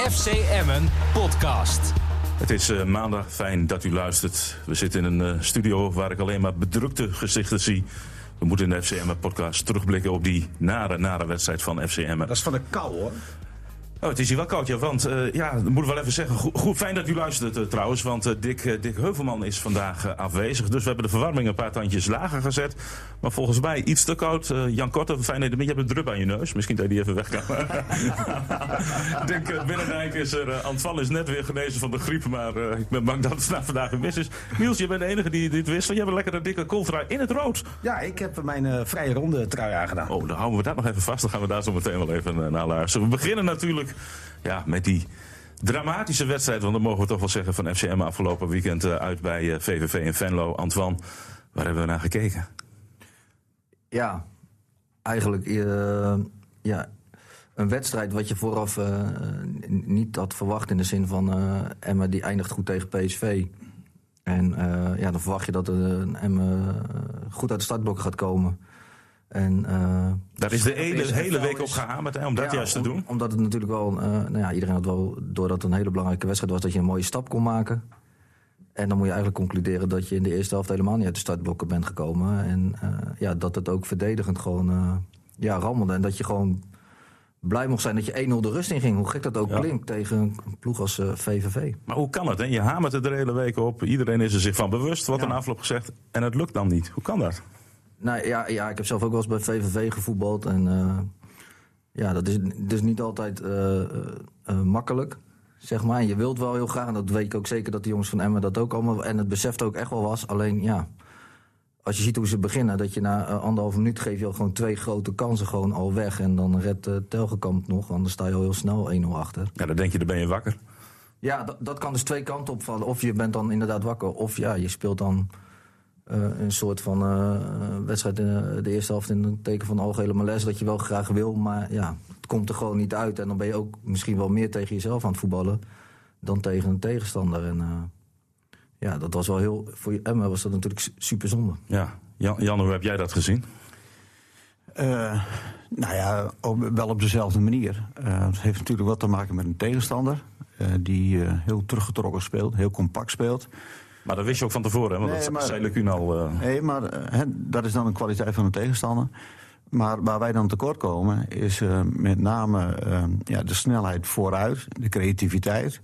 FC Emmen podcast. Het is maandag, fijn dat u luistert. We zitten in een studio waar ik alleen maar bedrukte gezichten zie. We moeten in de FC Emmen podcast terugblikken op die nare wedstrijd van FC Emmen. Dat is van de kou, hoor. Oh, het is hier wel koud, ja, want dat moet ik wel even zeggen. Goed, fijn dat u luistert trouwens, want Dick Heuvelman is vandaag afwezig. Dus we hebben de verwarming een paar tandjes lager gezet. Maar volgens mij iets te koud. Jan Korte, fijn dat je hebt een drup aan je neus. Misschien dat je die even weg kan. Dick Binnendijk is er. Antoine is net weer genezen van de griep, maar ik ben bang dat het vandaag een mis is. Niels, je bent de enige die dit wist. Want jij hebt een lekkere dikke kooltrui in het rood. Ja, ik heb mijn vrije ronde trui aangedaan. Oh, dan houden we dat nog even vast. Dan gaan we daar zo meteen wel even naar luisteren. We beginnen natuurlijk met die dramatische wedstrijd, want dat mogen we toch wel zeggen, van FC Emmen afgelopen weekend uit bij VVV in Venlo. Antoine, waar hebben we naar gekeken? Ja, eigenlijk een wedstrijd wat je vooraf niet had verwacht in de zin van Emmen die eindigt goed tegen PSV. En dan verwacht je dat Emmen goed uit de startblokken gaat komen. En, daar is de hele week op gehamerd om dat juist te doen. Omdat het natuurlijk wel, iedereen had wel, doordat het een hele belangrijke wedstrijd was, dat je een mooie stap kon maken. En dan moet je eigenlijk concluderen dat je in de eerste helft helemaal niet uit de startblokken bent gekomen. En dat het ook verdedigend gewoon rammelde. En dat je gewoon blij mocht zijn dat je 1-0 de rust in ging. Hoe gek dat ook klinkt tegen een ploeg als VVV. Maar hoe kan het? Hè? Je hamert het er de hele week op. Iedereen is er zich van bewust, wat een afloop gezegd. En het lukt dan niet. Hoe kan dat? Nou ja, ik heb zelf ook wel eens bij VVV gevoetbald. En dat is dus niet altijd makkelijk, zeg maar. En je wilt wel heel graag, en dat weet ik ook zeker dat de jongens van Emmen dat ook allemaal, en het beseft ook echt wel was. Alleen als je ziet hoe ze beginnen, dat je na 1,5 minuut geef je al gewoon 2 grote kansen gewoon al weg. En dan redt Telgekamp nog, want dan sta je al heel snel 1-0 achter. Ja, dan denk je, dan ben je wakker. Ja, dat kan dus 2 kanten opvallen. Of je bent dan inderdaad wakker, of je speelt dan een soort van wedstrijd in de eerste helft in een teken van algehele malaise dat je wel graag wil, maar het komt er gewoon niet uit. En dan ben je ook misschien wel meer tegen jezelf aan het voetballen dan tegen een tegenstander. En dat was wel heel, voor Emmen was dat natuurlijk super zonde. Ja, Jan, hoe heb jij dat gezien? Wel op dezelfde manier. Het heeft natuurlijk wat te maken met een tegenstander die heel teruggetrokken speelt, heel compact speelt. Maar dat wist je ook van tevoren, hè? Want dat zei Lecune al. Nee, maar dat is dan een kwaliteit van een tegenstander. Maar waar wij dan tekort komen is met name de snelheid vooruit, de creativiteit.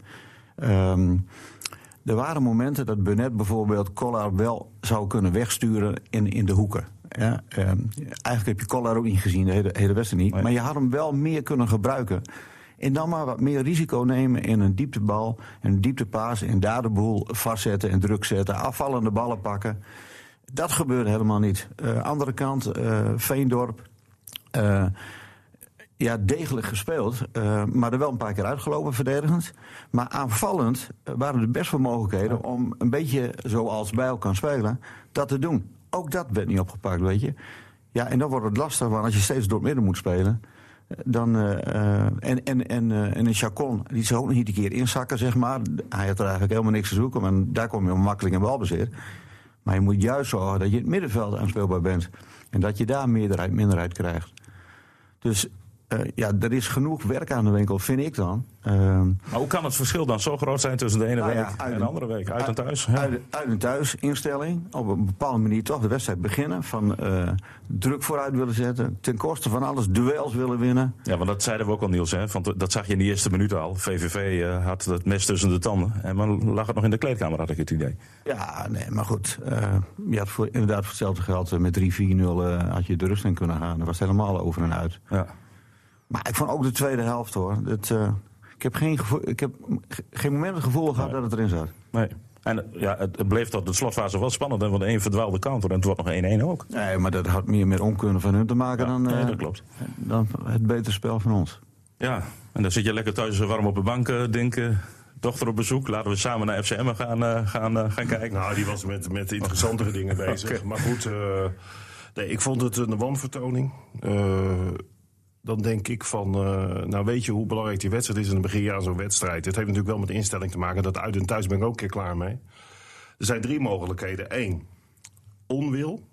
Er waren momenten dat Burnett bijvoorbeeld Kolar wel zou kunnen wegsturen in de hoeken. Ja, eigenlijk heb je Kolar ook niet gezien, de hele wedstrijd niet. Nee. Maar je had hem wel meer kunnen gebruiken. En dan maar wat meer risico nemen in een dieptebal, een dieptepaas, en daar de boel vastzetten en druk zetten, afvallende ballen pakken. Dat gebeurde helemaal niet. Andere kant, Veendorp, degelijk gespeeld, maar er wel een paar keer uitgelopen verdedigend. Maar aanvallend waren er best wel mogelijkheden om een beetje zoals Bijl kan spelen, dat te doen. Ook dat werd niet opgepakt, weet je. Ja, en dan wordt het lastig, want als je steeds door het midden moet spelen, dan, en een Chacon, die zou ook nog niet een keer inzakken, zeg maar. Hij had er eigenlijk helemaal niks te zoeken, maar daar kom je makkelijk in balbezit. Maar je moet juist zorgen dat je in het middenveld aanspeelbaar bent. En dat je daar minderheid krijgt. Dus er is genoeg werk aan de winkel, vind ik dan. Maar hoe kan het verschil dan zo groot zijn tussen de ene week en de andere week? Uit en thuis? Ja. Uit en thuis instelling. Op een bepaalde manier toch de wedstrijd beginnen. Van druk vooruit willen zetten. Ten koste van alles duels willen winnen. Ja, want dat zeiden we ook al, Niels. Hè? Want dat zag je in de eerste minuut al. VVV had het mes tussen de tanden. En dan lag het nog in de kleedkamer, had ik het idee. Ja, nee, maar goed. Je had inderdaad voor hetzelfde geld met 3-4-0 had je de rust in kunnen gaan. Dat was helemaal over en uit. Ja. Maar ik vond ook de tweede helft, hoor. Ik heb geen moment het gevoel gehad dat het erin zat. Nee. En het bleef tot de slotfase wel spannend. Want de een verdwaalde counter en het wordt nog 1-1 ook. Nee, maar dat had meer met onkunde van hun te maken dat klopt. Dan het betere spel van ons. Ja, en dan zit je lekker thuis warm op de bank, denken. Dochter op bezoek, laten we samen naar FC Emmen gaan kijken. Nou, die was met interessantere dingen bezig. Okay. Maar goed, ik vond het een wanvertoning. Dan denk ik van, weet je hoe belangrijk die wedstrijd is? En dan begin je aan zo'n wedstrijd. Het heeft natuurlijk wel met de instelling te maken. Dat uit en thuis ben ik ook een keer klaar mee. Er zijn 3 mogelijkheden. 1, onwil.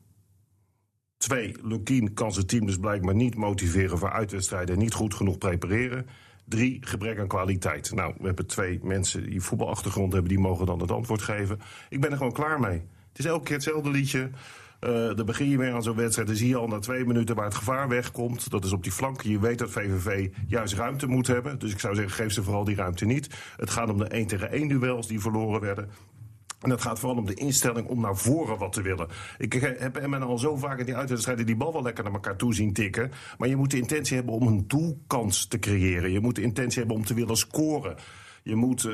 2, Lukien kan zijn team dus blijkbaar niet motiveren voor uitwedstrijden en niet goed genoeg prepareren. 3, gebrek aan kwaliteit. Nou, we hebben 2 mensen die voetbalachtergrond hebben, die mogen dan het antwoord geven. Ik ben er gewoon klaar mee. Het is elke keer hetzelfde liedje. Dan begin je weer aan zo'n wedstrijd. Dan zie je al na 2 minuten waar het gevaar wegkomt. Dat is op die flanken. Je weet dat VVV juist ruimte moet hebben. Dus ik zou zeggen, geef ze vooral die ruimte niet. Het gaat om de 1-tegen-1 duels die verloren werden. En het gaat vooral om de instelling om naar voren wat te willen. Ik heb Emmen al zo vaak in die uitwedstrijden die bal wel lekker naar elkaar toe zien tikken. Maar je moet de intentie hebben om een doelkans te creëren. Je moet de intentie hebben om te willen scoren. Je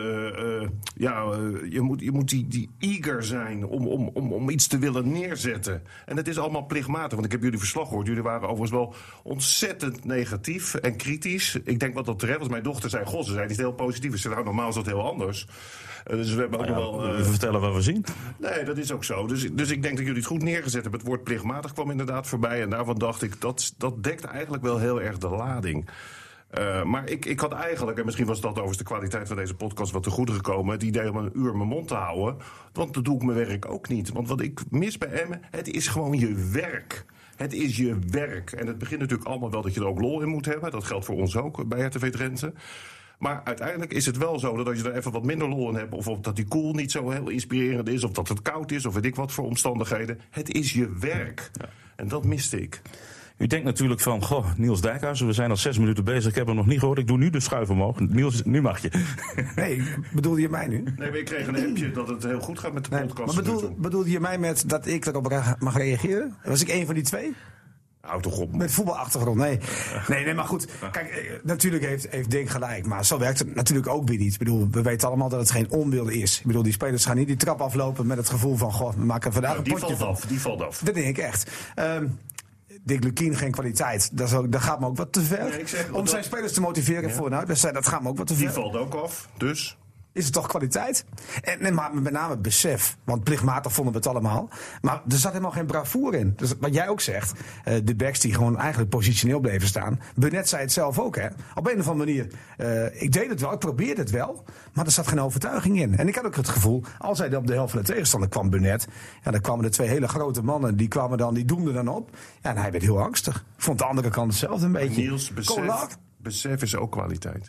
moet die eager zijn om iets te willen neerzetten. En het is allemaal plichtmatig. Want ik heb jullie verslag gehoord. Jullie waren overigens wel ontzettend negatief en kritisch. Ik denk wat dat terecht was. Mijn dochter zei, ze zei niet heel positief. Ze zei, nou, normaal is dat heel anders. Dus we hebben ook wel... We vertellen wat we zien. Nee, dat is ook zo. Dus ik denk dat jullie het goed neergezet hebben. Het woord plichtmatig kwam inderdaad voorbij. En daarvan dacht ik, dat dekt eigenlijk wel heel erg de lading. Maar ik had eigenlijk, en misschien was dat overigens de kwaliteit van deze podcast wat te goede gekomen, het idee om een uur mijn mond te houden. Want dat doe ik mijn werk ook niet. Want wat ik mis bij Emmen, het is gewoon je werk. Het is je werk. En het begint natuurlijk allemaal wel dat je er ook lol in moet hebben. Dat geldt voor ons ook bij RTV Drenthe. Maar uiteindelijk is het wel zo dat als je er even wat minder lol in hebt, of dat die koel niet zo heel inspirerend is, of dat het koud is, of weet ik wat voor omstandigheden. Het is je werk. Ja. En dat miste ik. U denkt natuurlijk van, Niels Dijkhuizen, we zijn al 6 minuten bezig, ik heb hem nog niet gehoord, ik doe nu de schuif omhoog. Niels, nu mag je. Nee, bedoelde je mij nu? Nee, maar ik kreeg een appje dat het heel goed gaat met de podcast. Maar bedoelde je mij met dat ik erop mag reageren? Was ik een van die 2? Houd toch op. Met voetbalachtergrond, nee, maar goed. Kijk, natuurlijk heeft Dick gelijk. Maar zo werkt het natuurlijk ook weer niet. Ik bedoel, we weten allemaal dat het geen onwil is. Ik bedoel, die spelers gaan niet die trap aflopen met het gevoel van, we maken vandaag een potje van. Die valt af. Dat denk ik echt. Dick Lukien, geen kwaliteit. Dat gaat me ook wat te ver. Nee, om zijn spelers te motiveren voor een uitwedstrijd, dat gaat me ook wat te ver. Die valt ook af, dus... Is het toch kwaliteit? Maar met name het besef. Want plichtmatig vonden we het allemaal. Maar er zat helemaal geen bravoure in. Dus wat jij ook zegt. De backs die gewoon eigenlijk positioneel bleven staan. Burnett zei het zelf ook. Hè? Op een of andere manier. Ik deed het wel. Ik probeerde het wel. Maar er zat geen overtuiging in. En ik had ook het gevoel. Als hij op de helft van de tegenstander kwam, Burnett. Ja, dan kwamen de 2 hele grote mannen. Die doemden dan op. Ja, en hij werd heel angstig. Vond de andere kant hetzelfde een beetje. Niels, besef is ook kwaliteit.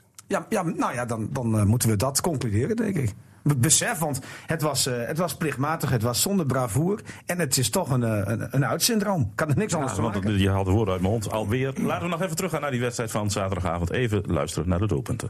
Dan moeten we dat concluderen, denk ik. Besef, want het was plichtmatig, het was zonder bravoer. En het is toch een uitsyndroom. Kan er niks anders van maken. Je haalt de woorden uit mijn mond alweer. Laten we nog even teruggaan naar die wedstrijd van zaterdagavond. Even luisteren naar de doelpunten.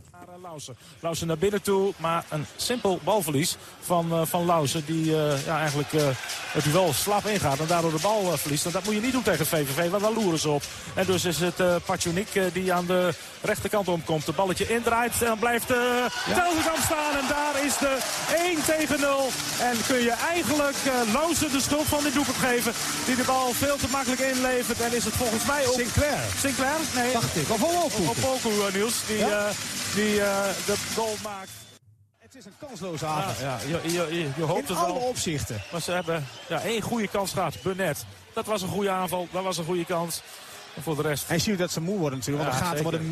Lausen naar binnen toe, maar een simpel balverlies van Lausen. Die eigenlijk het duel slap ingaat en daardoor de bal verliest. En dat moet je niet doen tegen VVV, want dan loeren ze op. En dus is het Pachonik die aan de rechterkant omkomt. De balletje indraait en dan blijft Telgekamp staan. En daar is de 1-0. En kun je eigenlijk Lausen de schuld van dit doelpunt geven. Die de bal veel te makkelijk inlevert. En is het volgens mij ook... Sinclair? Nee. Dacht ik. Of Opoku, Niels. Die de goal maakt. Het is een kansloze avond. Ja, je hoopt het wel. In alle opzichten. Maar ze hebben 1 goede kans gehad. Burnett. Dat was een goede aanval. Dat was een goede kans. En voor de rest... En je ziet dat ze moe worden natuurlijk. Want de gaten worden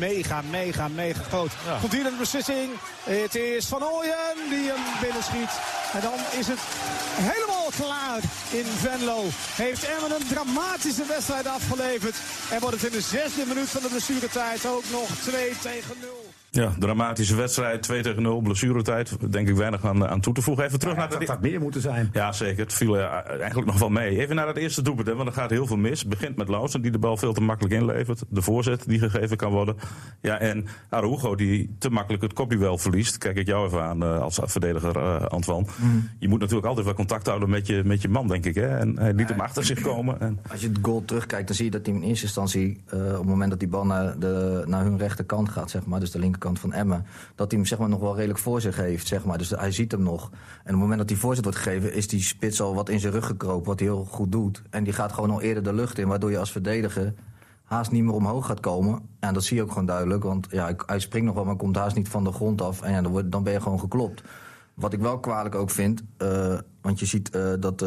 mega groot. Ja. Komt hier een beslissing. Het is Van Ooyen die hem binnenschiet. En dan is het helemaal klaar in Venlo. Heeft Emmen een dramatische wedstrijd afgeleverd. En wordt het in de 6e minuut van de blessuretijd ook nog 2-0. Ja, dramatische wedstrijd, 2-0, blessuretijd. Denk ik weinig aan toe te voegen. Even terug naar dat had meer moeten zijn. Ja, zeker. Het viel eigenlijk nog wel mee. Even naar het eerste doelpunt, want er gaat heel veel mis. Het begint met Lausen, die de bal veel te makkelijk inlevert. De voorzet die gegeven kan worden. Ja, en Araujo, die te makkelijk het kopduel verliest. Kijk ik jou even aan als verdediger, Antoine. Je moet natuurlijk altijd wel contact houden met je man, denk ik. Hè? En hij liet hem achter zich komen. En... Als je het goal terugkijkt, dan zie je dat hij in eerste instantie... op het moment dat die bal naar hun rechterkant gaat, zeg maar, dus de linkerkant van Emmen, dat hij hem zeg maar nog wel redelijk voor zich heeft, zeg maar. Dus hij ziet hem nog. En op het moment dat die voorzet wordt gegeven, is die spits al wat in zijn rug gekropen, wat hij heel goed doet. En die gaat gewoon al eerder de lucht in, waardoor je als verdediger haast niet meer omhoog gaat komen. En dat zie je ook gewoon duidelijk, want hij springt nog wel, maar komt haast niet van de grond af. En dan ben je gewoon geklopt. Wat ik wel kwalijk ook vind, want je ziet dat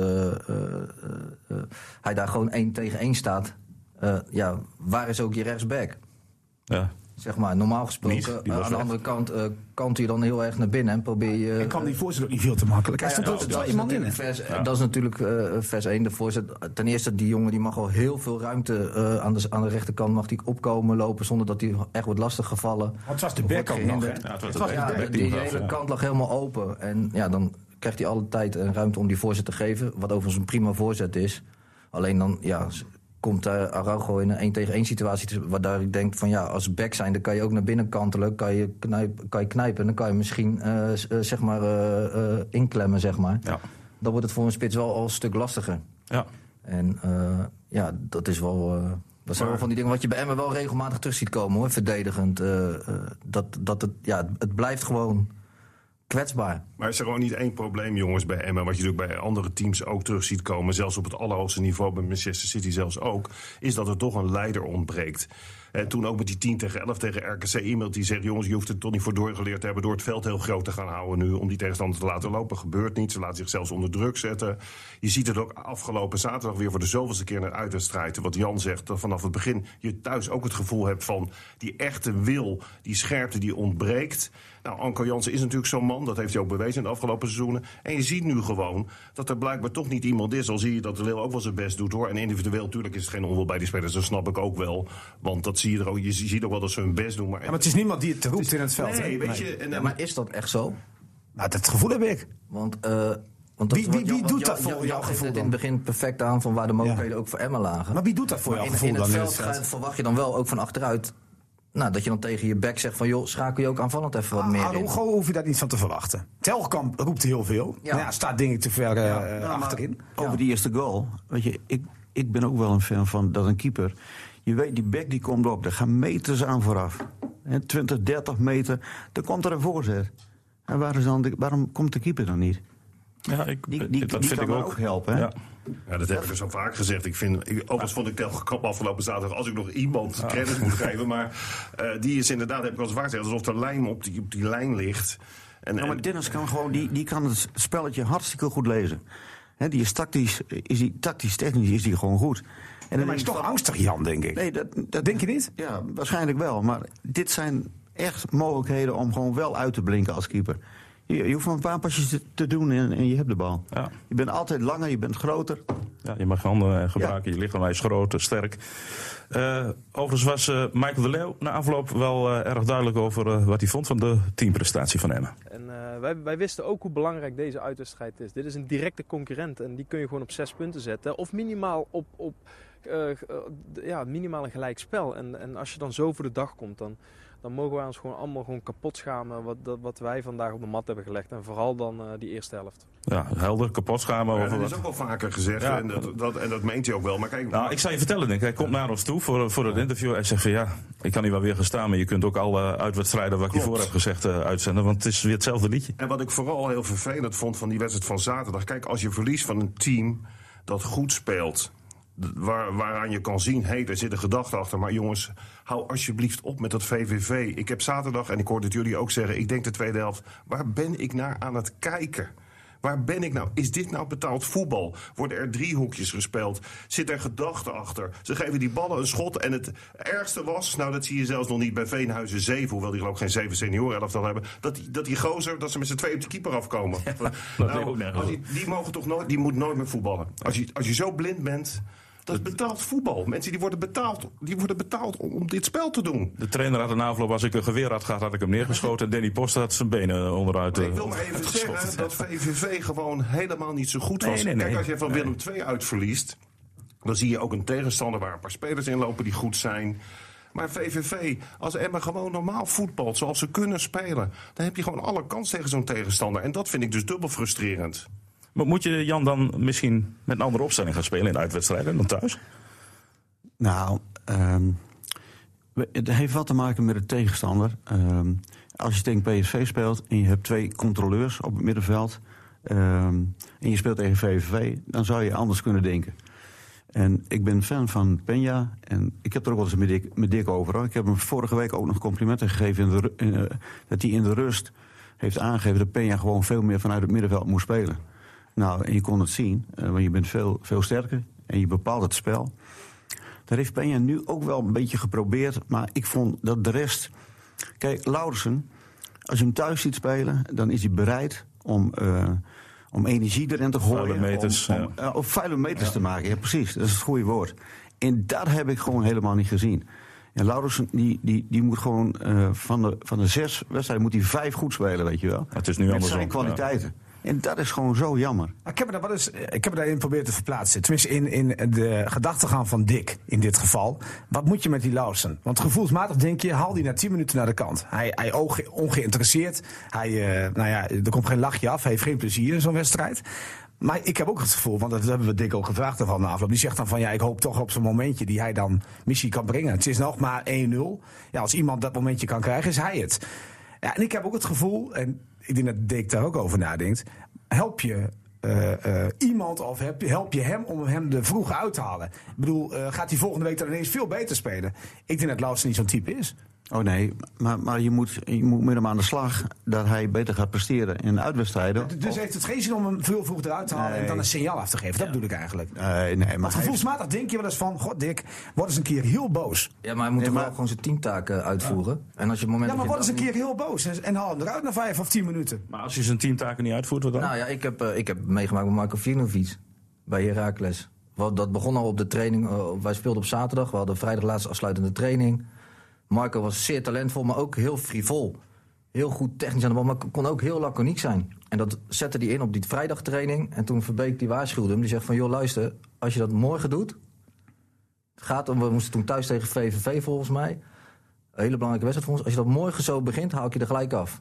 hij daar gewoon 1 tegen 1 staat. Waar is ook je rechtsback? Ja. Zeg maar, normaal gesproken, aan de andere kant kant je dan heel erg naar binnen en probeer je... En kan die voorzet ook niet veel te makkelijk. Hij stond er 2 man in. Dat is natuurlijk vers 1, de voorzet. Ten eerste, die jongen die mag al heel veel ruimte aan de rechterkant mag die opkomen lopen zonder dat hij echt wordt lastiggevallen. Want het was de backkant nog, hè? Die hele kant lag helemaal open. En ja, dan krijgt hij alle tijd en ruimte om die voorzet te geven. Wat overigens een prima voorzet is. Alleen dan, komt Araujo in een 1-tegen-1 situatie waar ik denk van als back zijn, dan kan je ook naar binnen kantelen, kan je knijpen en dan kan je misschien inklemmen, zeg maar. Ja. Dan wordt het voor een spits wel al een stuk lastiger. Ja. En dat is wel... dat zijn wel van die dingen wat je bij Emmen wel regelmatig terug ziet komen, hoor, verdedigend. Het blijft gewoon kwetsbaar. Maar is er gewoon niet één probleem, jongens, bij Emmen, wat je natuurlijk bij andere teams ook terug ziet komen, zelfs op het allerhoogste niveau, bij Manchester City zelfs ook, is dat er toch een leider ontbreekt. En toen ook met die 10-11 tegen RKC iemand die zegt, jongens, je hoeft er toch niet voor doorgeleerd te hebben door het veld heel groot te gaan houden nu, om die tegenstander te laten lopen. Gebeurt niet, ze laten zich zelfs onder druk zetten. Je ziet het ook afgelopen zaterdag weer voor de zoveelste keer naar uitwedstrijd. Wat Jan zegt, dat vanaf het begin je thuis ook het gevoel hebt van die echte wil, die scherpte die ontbreekt. Nou, Anko Jansen is natuurlijk zo'n man, dat heeft hij ook bewezen in de afgelopen seizoenen. En je ziet nu gewoon dat er blijkbaar toch niet iemand is. Al zie je dat de Leeuw ook wel zijn best doet, hoor. En individueel natuurlijk is het geen onwil bij die spelers, dat snap ik ook wel. Want dat zie je er ook, je ziet ook wel dat ze hun best doen. Maar het is niemand die het roept in het veld. Nee, weet je. Maar is dat echt zo? Nou, dat gevoel heb ik. Want wie doet dat voor jouw gevoel dan? In het begin perfect aan van waar de mogelijkheden ook voor Emmen lagen. Maar wie doet dat voor jouw gevoel dan? In het veld verwacht je dan wel ook van achteruit. Nou, dat je dan tegen je back zegt van, joh, schakel je ook aanvallend even wat meer in. Hoe hoef je daar niet van te verwachten? Telkamp roept heel veel. Ja. Staat denk ik te ver achterin. Over die eerste goal. Weet je, ik ben ook wel een fan van dat een keeper. Je weet, die back die komt op, daar gaan meters aan vooraf. 20, 30 meter, dan komt er een voorzet. En waarom komt de keeper dan niet? Ja, dat vind ik ook helpen. Hè? Ja, dat heb ik dus al vaak gezegd. Overigens vond ik Telkamp afgelopen zaterdag, als ik nog iemand credit moet geven, maar die is inderdaad, heb ik al eens vaak gezegd, alsof de lijm op die lijn ligt. Maar Dennis kan gewoon, die kan het spelletje hartstikke goed lezen. Die is tactisch, technisch is die gewoon goed. En maar hij is toch angstig, Jan, denk ik. Nee, dat denk je niet? Ja, waarschijnlijk wel. Maar dit zijn echt mogelijkheden om gewoon wel uit te blinken als keeper. Je hoeft maar een paar pasjes te doen en je hebt de bal. Ja. Je bent altijd langer, je bent groter. Ja, je mag handen gebruiken, je lichaam is groot, sterk. Overigens was Michael de Leeuw na afloop wel erg duidelijk over wat hij vond van de teamprestatie van Emmen. En wij wisten ook hoe belangrijk deze uitwedstrijd is. Dit is een directe concurrent en die kun je gewoon op 6 punten zetten. Of minimaal minimaal een gelijk spel. En als je dan zo voor de dag komt, dan mogen wij ons gewoon allemaal kapot schamen wat wij vandaag op de mat hebben gelegd. En vooral dan die eerste helft. Ja, helder, kapot schamen. Ja, dat is ook wel vaker gezegd en dat meent hij ook wel. Maar kijk, ik zal je vertellen, hij komt naar ons toe voor het interview. Hij zegt van ik kan hier wel weer gaan staan, maar je kunt ook alle uitwedstrijden wat ik hiervoor heb gezegd uitzenden. Want het is weer hetzelfde liedje. En wat ik vooral heel vervelend vond van die wedstrijd van zaterdag. Kijk, als je verliest van een team dat goed speelt, waaraan je kan zien, er zit een gedachte achter. Maar jongens, hou alsjeblieft op met dat VVV. Ik heb zaterdag, en ik hoorde het jullie ook zeggen, ik denk de tweede helft, waar ben ik naar aan het kijken? Waar ben ik nou? Is dit nou betaald voetbal? Worden er driehoekjes gespeeld? Zit er gedachte achter? Ze geven die ballen een schot. En het ergste was, dat zie je zelfs nog niet bij Veenhuizen 7... hoewel die geloof ik geen 7 senioren-elftal hebben... dat die gozer, dat ze met z'n twee op de keeper afkomen. Die mogen toch nooit, die moet nooit meer voetballen. Als je zo blind bent... Dat is betaald voetbal. Mensen die worden betaald om dit spel te doen. De trainer had een afloop, als ik een geweer had gehad, had ik hem neergeschoten. En Danny Post had zijn benen onderuit. Ik wil maar even zeggen dat VVV gewoon helemaal niet zo goed was. Kijk, als je van Willem II uitverliest, dan zie je ook een tegenstander waar een paar spelers in lopen die goed zijn. Maar VVV, als Emmen gewoon normaal voetbalt, zoals ze kunnen spelen, dan heb je gewoon alle kans tegen zo'n tegenstander. En dat vind ik dus dubbel frustrerend. Maar moet je, Jan, dan misschien met een andere opstelling gaan spelen in uitwedstrijden dan thuis? Nou, het heeft wat te maken met de tegenstander. Als je tegen PSV speelt en je hebt 2 controleurs op het middenveld en je speelt tegen VVV, dan zou je anders kunnen denken. En ik ben fan van Peña en ik heb er ook wel eens met Dick over. Hoor. Ik heb hem vorige week ook nog complimenten gegeven dat hij in de rust heeft aangegeven dat Peña gewoon veel meer vanuit het middenveld moest spelen. Nou, en je kon het zien, want je bent veel sterker en je bepaalt het spel. Dat heeft Peña nu ook wel een beetje geprobeerd. Maar ik vond dat de rest... Kijk, Lauwersen, als je hem thuis ziet spelen, dan is hij bereid om energie erin te gooien. Vuile meters, of vuile meters te maken, ja precies. Dat is het goede woord. En dat heb ik gewoon helemaal niet gezien. En Lauwersen, die moet gewoon van de 6 wedstrijden moet hij 5 goed spelen, weet je wel. Het is nu met andersom. zijn kwaliteiten. Ja. En dat is gewoon zo jammer. Ik heb me daarin proberen te verplaatsen. Tenminste in de gedachtegang van Dick in dit geval. Wat moet je met die Lauwersen? Want gevoelsmatig denk je, haal die na 10 minuten naar de kant. Hij ongeïnteresseerd. Er komt geen lachje af. Hij heeft geen plezier in zo'n wedstrijd. Maar ik heb ook het gevoel, want dat hebben we Dick ook gevraagd ervan na afloop. Die zegt dan van ik hoop toch op zo'n momentje die hij dan misschien kan brengen. Het is nog maar 1-0. Ja, als iemand dat momentje kan krijgen, is hij het. Ja, en ik heb ook het gevoel, en ik denk dat Dick daar ook over nadenkt. Help je iemand of help je hem om hem er vroeg uit te halen? Ik bedoel, gaat hij volgende week dan ineens veel beter spelen? Ik denk dat Lauwersen niet zo'n type is. Oh nee, maar je moet met hem aan de slag dat hij beter gaat presteren in uitwedstrijden. Dus heeft het geen zin om hem veel vroeg eruit te halen en dan een signaal af te geven? Dat bedoel ik eigenlijk. Nee, maar gevoelsmatig denk je wel eens van, god Dick, word eens een keer heel boos. Ja, maar hij moet wel gewoon zijn teamtaken uitvoeren. Ja. En als je het moment maar word eens een keer heel boos en haal hem eruit na 5 of 10 minuten. Maar als je zijn teamtaken niet uitvoert, wat dan? Nou ja, ik heb meegemaakt met Marko Vinovic bij Heracles. Dat begon al op de training. Wij speelden op zaterdag, we hadden vrijdag laatste afsluitende training. Marco was zeer talentvol, maar ook heel frivol. Heel goed technisch aan de bal, maar kon ook heel laconiek zijn. En dat zette hij in op die vrijdagtraining. En toen Verbeek die waarschuwde hem. Die zegt van, joh luister, als je dat morgen doet... we moesten toen thuis tegen VVV volgens mij. Een hele belangrijke wedstrijd voor ons. Als je dat morgen zo begint, haal ik je er gelijk af.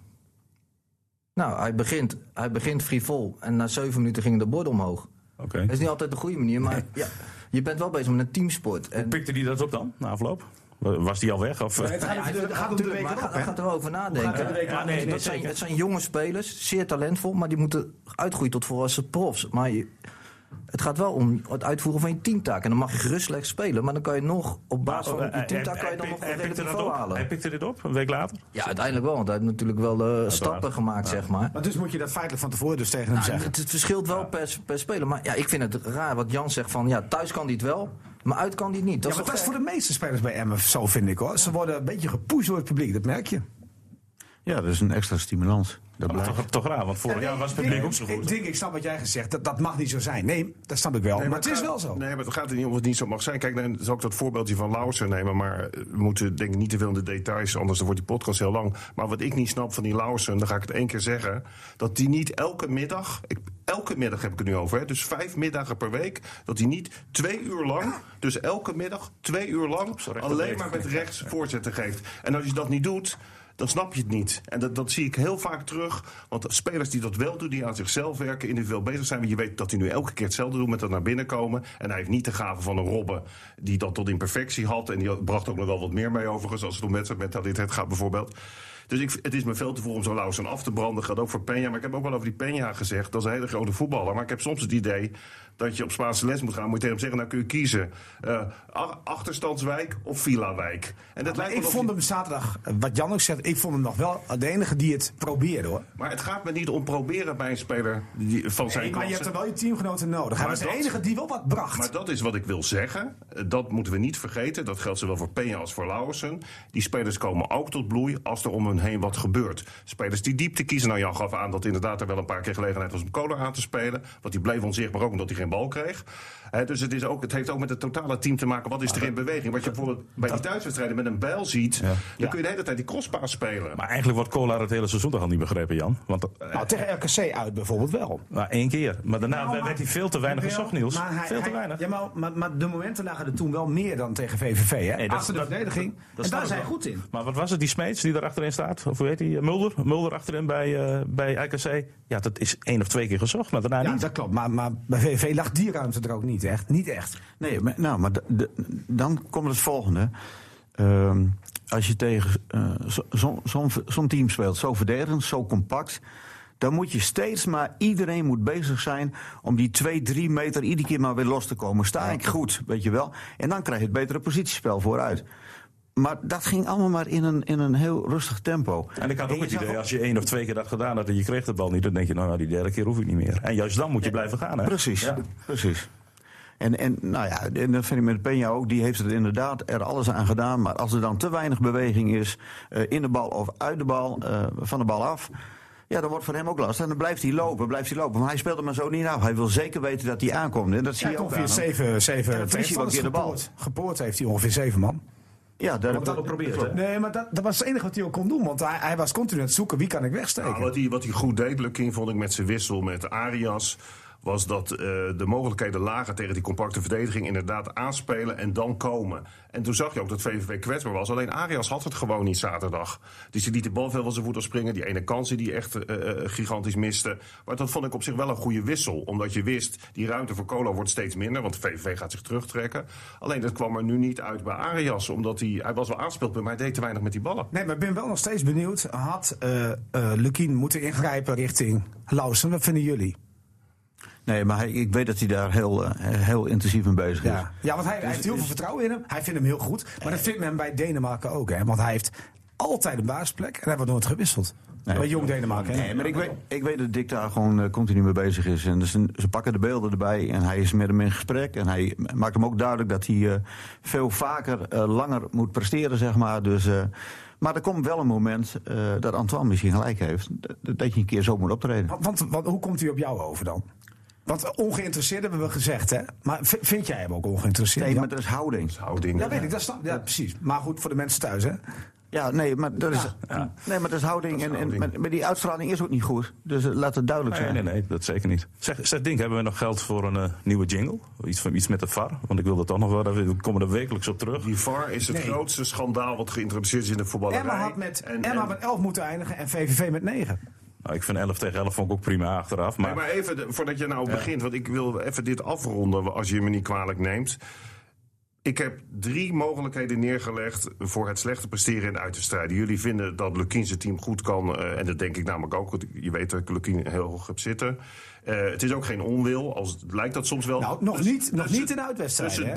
Nou, hij begint frivol. En na 7 minuten gingen de borden omhoog. Okay. Dat is niet altijd de goede manier, maar ja, je bent wel bezig met een teamsport. Hoe pikte hij dat op dan, na afloop? Was die al weg? Of? Het gaat om de week erop. Hij gaat erover nadenken. Het zijn jonge spelers, zeer talentvol, maar die moeten uitgroeien tot volwassen profs. Maar het gaat wel om het uitvoeren van je teamtaak. En dan mag je gerust slecht spelen, maar dan kan je nog op basis van je teamtaak kan je dan nog een redelijk niveau halen. Hij pikte dit op, een week later? Ja, uiteindelijk wel, want hij heeft natuurlijk wel stappen gemaakt, zeg maar. Maar dus moet je dat feitelijk van tevoren dus tegen hem zeggen? Het verschilt wel per speler. Maar ja, ik vind het raar wat Jan zegt van, ja, thuis kan hij het wel, maar uit kan hij het niet. Dat is voor de meeste spelers bij Emmen zo, vind ik hoor. Ze worden een beetje gepusht door het publiek, dat merk je. Ja, dat is een extra stimulans. Toch raar, want vorig jaar was het publiek ook zo goed. Ik snap wat jij gezegd hebt, dat mag niet zo zijn. Nee, dat snap ik wel, maar het is wel zo. Nee, maar het gaat er niet om of het niet zo mag zijn. Kijk, dan zou ik dat voorbeeldje van Lauwersen nemen, maar we moeten denk ik niet te veel in de details, anders dan wordt die podcast heel lang. Maar wat ik niet snap van die Lauwersen, dan ga ik het 1 keer zeggen, dat die niet elke middag heb ik het nu over, hè, dus 5 middagen per week, dat hij niet 2 uur lang, dus elke middag 2 uur lang, alleen maar met rechts voorzetten geeft. En als je dat niet doet, dan snap je het niet. En dat zie ik heel vaak terug. Want spelers die dat wel doen, die aan zichzelf werken, individueel bezig zijn. Want je weet dat hij nu elke keer hetzelfde doet met dat naar binnen komen. En hij heeft niet de gave van een Robben die dat tot imperfectie had. En die bracht ook nog wel wat meer mee overigens, als het om wedstrijdmentaliteit gaat bijvoorbeeld. Dus het is me veel te vroeg om zo'n Lauwersen af te branden. Gaat ook voor Peña. Maar ik heb ook wel over die Peña gezegd. Dat is een hele grote voetballer. Maar ik heb soms het idee dat je op Spaanse les moet gaan. Moet je tegen hem zeggen, nou kun je kiezen. Achterstandswijk of Villa-wijk. En dat lijkt ik vond hem zaterdag, wat Jan ook zegt, ik vond hem nog wel de enige die het probeerde hoor. Maar het gaat me niet om proberen bij een speler van zijn klasse. Maar je hebt er wel je teamgenoten nodig. Hij was de enige die wel wat bracht. Maar dat is wat ik wil zeggen. Dat moeten we niet vergeten. Dat geldt zowel voor Peña als voor Lauwersen. Die spelers komen ook tot bloei als er om hun heen wat gebeurt. Spelers die diepte kiezen. Nou, Jan gaf aan dat inderdaad er wel een paar keer gelegenheid was om Kolar aan te spelen. Want die bleef onzichtbaar ook omdat hij geen bal kreeg. Dus het heeft ook met het totale team te maken. Wat is er in beweging? Wat je bijvoorbeeld bij die thuiswedstrijden met een bijl ziet, dan kun je de hele tijd die crosspaas spelen. Maar eigenlijk wordt Kolar het hele seizoen toch al niet begrepen, Jan? Want, tegen RKC uit bijvoorbeeld wel. Maar 1 keer. Maar daarna werd hij veel te weinig gezocht, Niels. Veel te weinig. Ja, maar de momenten lagen er toen wel meer dan tegen VVV. Hè? Nee, achter de verdediging. En daar zijn goed in. Maar wat was het, die Smeets die er achterin staat? Of hoe heet die? Mulder achterin bij RKC. Ja, dat is 1 of 2 keer gezocht, maar daarna niet. Ja, dat klopt. Maar bij VVV lag die ruimte er ook niet echt. Niet echt. Nee, maar dan komt het volgende. Als je tegen zo'n team speelt, zo verdedigend, zo compact, dan moet je steeds maar, iedereen moet bezig zijn om die 2-3 meter iedere keer maar weer los te komen. Sta ik goed, weet je wel. En dan krijg je het betere positiespel vooruit. Maar dat ging allemaal maar in een heel rustig tempo. En ik had ook het idee, als je 1 of 2 keer dat gedaan had en je kreeg de bal niet, dan denk je, nou die derde keer hoef ik niet meer. En juist dan moet je blijven gaan, hè? Precies, precies. En nou ja, en dat vind ik met Peña ook. Die heeft het inderdaad er alles aan gedaan. Maar als er dan te weinig beweging is, in de bal of uit de bal, van de bal af, ja, dan wordt voor hem ook lastig. En dan blijft hij lopen. Maar hij speelt er maar zo niet af. Hij wil zeker weten dat hij aankomt. En dat zie je ook aan ongeveer 7 tegenstanders de bal. Gepoord heeft hij ongeveer 7 man. Ja, dat heb ik al geprobeerd. Nee, maar dat was het enige wat hij ook kon doen. Want hij was continu aan het zoeken, wie kan ik wegsteken. Nou, wat hij goed deed, Lukin, vond ik met zijn wissel met Arias, was dat de mogelijkheden lagen tegen die compacte verdediging inderdaad aanspelen en dan komen. En toen zag je ook dat VVV kwetsbaar was. Alleen Arias had het gewoon niet zaterdag. Dus hij liet de bal veel van zijn voet afspringen. Die ene kans die echt gigantisch miste. Maar dat vond ik op zich wel een goede wissel. Omdat je wist, die ruimte voor Colo wordt steeds minder. Want de VVV gaat zich terugtrekken. Alleen dat kwam er nu niet uit bij Arias. Omdat hij was wel aanspeelpunt, maar hij deed te weinig met die ballen. Nee, maar ik ben wel nog steeds benieuwd. Had Lukin moeten ingrijpen richting Lausen? Wat vinden jullie? Nee, maar ik weet dat hij daar heel intensief mee bezig is. Ja, want hij heeft heel veel vertrouwen in hem. Hij vindt hem heel goed. Maar dat vindt men bij Denemarken ook. Hè? Want hij heeft altijd een basisplek. En hij wordt nooit gewisseld. Nee. Bij Jong Denemarken. Nee, maar ik weet dat Dick daar gewoon continu mee bezig is. En dus ze pakken de beelden erbij. En hij is met hem in gesprek. En hij maakt hem ook duidelijk dat hij veel vaker langer moet presteren, zeg maar. Dus... maar er komt wel een moment dat Antoine misschien gelijk heeft. Dat je een keer zo moet optreden. Want hoe komt hij op jou over dan? Want ongeïnteresseerd hebben we gezegd, hè? Maar vind jij hem ook ongeïnteresseerd? Nee, maar dat is houding. Ja, weet ik. Ja, precies. Maar goed, voor de mensen thuis, hè? Ja, nee, maar dat is, nee, maar dat is houding. Maar die uitstraling is ook niet goed. Dus laat het duidelijk zijn. Nee, dat zeker niet. Zeg Dink, hebben we nog geld voor een nieuwe jingle? Iets met de VAR? Want ik wil dat toch nog wel. We komen er wekelijks op terug. Die VAR is het grootste schandaal wat geïntroduceerd is in de voetballerij. Emma had met 11 moeten eindigen en VVV met 9. Nou, ik vind 11 tegen 11 vond ik ook prima achteraf. Maar, nee, maar even, voordat je nou begint, want ik wil even dit afronden als je me niet kwalijk neemt. Ik heb 3 mogelijkheden neergelegd voor het slechte presteren in uitwedstrijden. Jullie vinden dat Lukin zijn team goed kan. En dat denk ik namelijk ook. Je weet dat ik Lukin heel hoog heb zitten. Het is ook geen onwil. Als lijkt dat soms wel. Nou, nog niet in uitwedstrijden.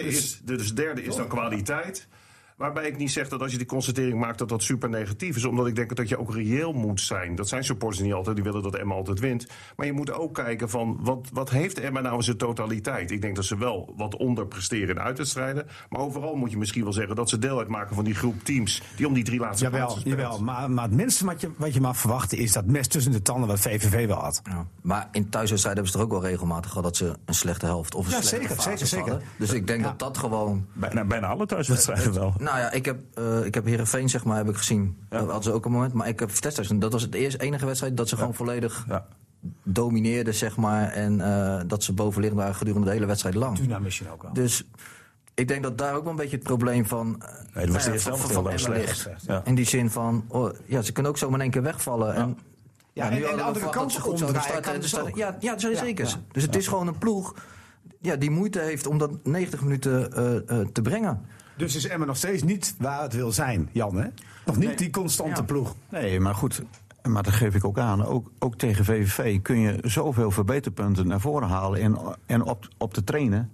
Dus het derde is dan kwaliteit. Waarbij ik niet zeg dat als je die constatering maakt dat super negatief is. Omdat ik denk dat je ook reëel moet zijn. Dat zijn supporters niet altijd. Die willen dat Emma altijd wint. Maar je moet ook kijken van wat heeft Emma nou in zijn totaliteit. Ik denk dat ze wel wat onderpresteren in uitwedstrijden. Maar overal moet je misschien wel zeggen dat ze deel uitmaken van die groep teams. Die om die 3 laatste plaatsen speelt. Jawel, maar het minste wat je mag verwachten is dat mes tussen de tanden wat VVV wel had. Ja. Maar in thuiswedstrijden hebben ze er ook wel regelmatig gehad dat ze een slechte helft of een slechte fase hadden. Dus ik denk dat gewoon... Bijna alle thuiswedstrijden wel. Nou ja, ik heb Heerenveen, zeg maar, heb ik gezien. Dat hadden ze ook een moment. Maar ik heb Vitesse, dat was het enige wedstrijd dat ze gewoon volledig domineerden, zeg maar. En dat ze bovenliggend waren gedurende de hele wedstrijd lang. Tuna misschien ook wel. Dus ik denk dat daar ook wel een beetje het probleem van... Nee, dat was de eerste helft heel erg slecht. In die zin van, ze kunnen ook zo maar in één keer wegvallen. Ja. En de andere kant omdraaien. Ja, zeker. Dus het is gewoon een ploeg die moeite heeft om dat 90 minuten te brengen. Dus is Emma nog steeds niet waar het wil zijn, Jan, hè? Nog niet die constante ploeg. Nee, maar goed, maar dat geef ik ook aan. Ook tegen VVV kun je zoveel verbeterpunten naar voren halen en op te trainen.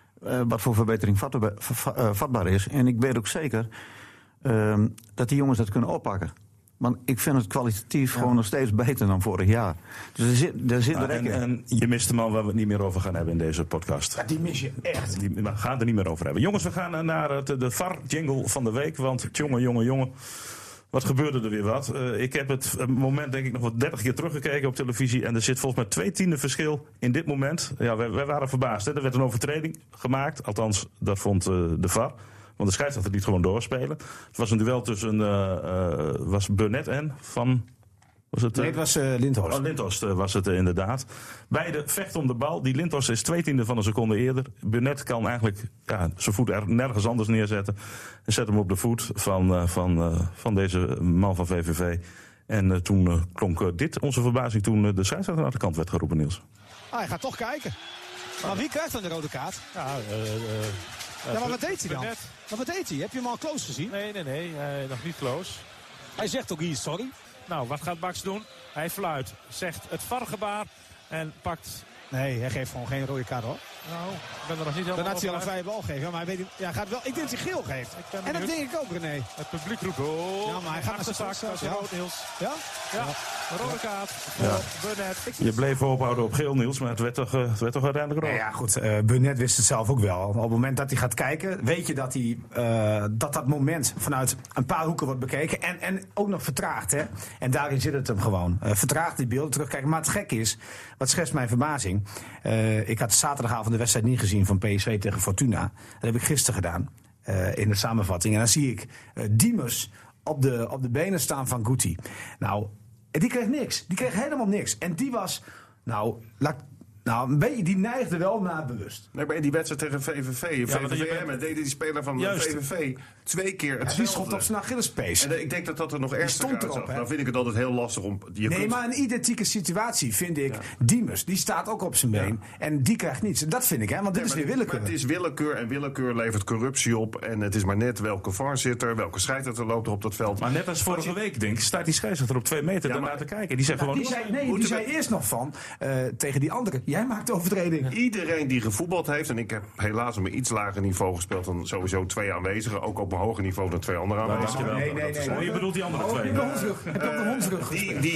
Wat voor verbetering vatbaar is. En ik weet ook zeker dat die jongens dat kunnen oppakken. Want ik vind het kwalitatief gewoon nog steeds beter dan vorig jaar. Dus er zit en je mist de man waar we het niet meer over gaan hebben in deze podcast. Ja, die mis je echt. We gaan er niet meer over hebben. Jongens, we gaan naar de VAR-jingle van de week. Want jongen, wat gebeurde er weer wat? Ik heb het moment denk ik nog wat 30 keer teruggekeken op televisie. En er zit volgens mij 2/10 verschil in dit moment. Ja, wij waren verbaasd. Hè? Er werd een overtreding gemaakt. Althans, dat vond de VAR. Want de scheidsrechter liet gewoon doorspelen. Het was een duel tussen was Burnett en Van... Was het, nee, het was Lindhorst. Oh, Lindhorst was het inderdaad. Beide vechten om de bal. Die Lindhorst is 2/10 van een seconde eerder. Burnett kan eigenlijk zijn voet nergens anders neerzetten. En zet hem op de voet van deze man van VVV. En toen klonk dit onze verbazing toen de scheidsrechter naar de kant werd geroepen, Niels. Hij gaat toch kijken. Maar wie krijgt dan de rode kaart? Maar wat deed hij dan? Maar wat deed hij? Heb je hem al close gezien? Nee, nog niet close. Hij zegt ook hier sorry. Nou, wat gaat Baks doen? Hij fluit, zegt het VAR-gebaar en pakt... Nee, hij geeft gewoon geen rode kaart hoor. Nou, ik ben er nog niet helemaal Dan had hij al een over uit. vrije bal geven. Maar hij weet niet, ja, gaat wel, ik denk dat hij geel geeft. En dat denk ik ook, René. Het publiek roept. Oh, Ja, maar hij gaat naar zijn achterzak. straks, Dat is ja. rood, Niels. Ja? Ja, een rode kaart voor Burnett. Je bleef ophouden op geel, Niels, maar het werd toch uiteindelijk rood. Nou ja, goed. Burnett wist het zelf ook wel. Op het moment dat hij gaat kijken, weet je dat dat moment vanuit een paar hoeken wordt bekeken. En ook nog vertraagd. Hè? En daarin zit het hem gewoon. Vertraagd die beelden terugkijken. Maar het gek is, wat schetst mijn verbazing. Ik had zaterdagavond de wedstrijd niet gezien van PSV tegen Fortuna. Dat heb ik gisteren gedaan. In de samenvatting. En dan zie ik Diemers op de benen staan van Guti. Nou, die kreeg niks. Die kreeg helemaal niks. En die was, die neigde wel naar bewust. Nee, maar in die wedstrijd tegen VVV, maar deden die speler van Juist. VVV 2 keer Die hetzelfde. schot op zijn Achillespees. En ik denk dat dat er nog ernstig stond erop, uitzag. hè? Dan vind ik het altijd heel lastig om... Maar een identieke situatie vind ik. Diemers, die staat ook op zijn been. En die krijgt niets. Dat vind ik, hè? Want dit is weer willekeur. Maar het is willekeur en willekeur levert corruptie op. En het is maar net welke VAR zit er, welke scheidsrechter loopt er op dat veld. Maar net als vorige week, denk ik, staat die scheidsrechter op 2 meter daarna te kijken. Die zegt gewoon... Die zei eerst nog van tegen die andere. Jij maakt de overtreding. Iedereen die gevoetbald heeft, en ik heb helaas op een iets lager niveau gespeeld dan sowieso 2 aanwezigen. Ook op een hoger niveau dan 2 andere aanwezigen. Nee. Oh, je bedoelt die andere 2. Heb je op de hondsrug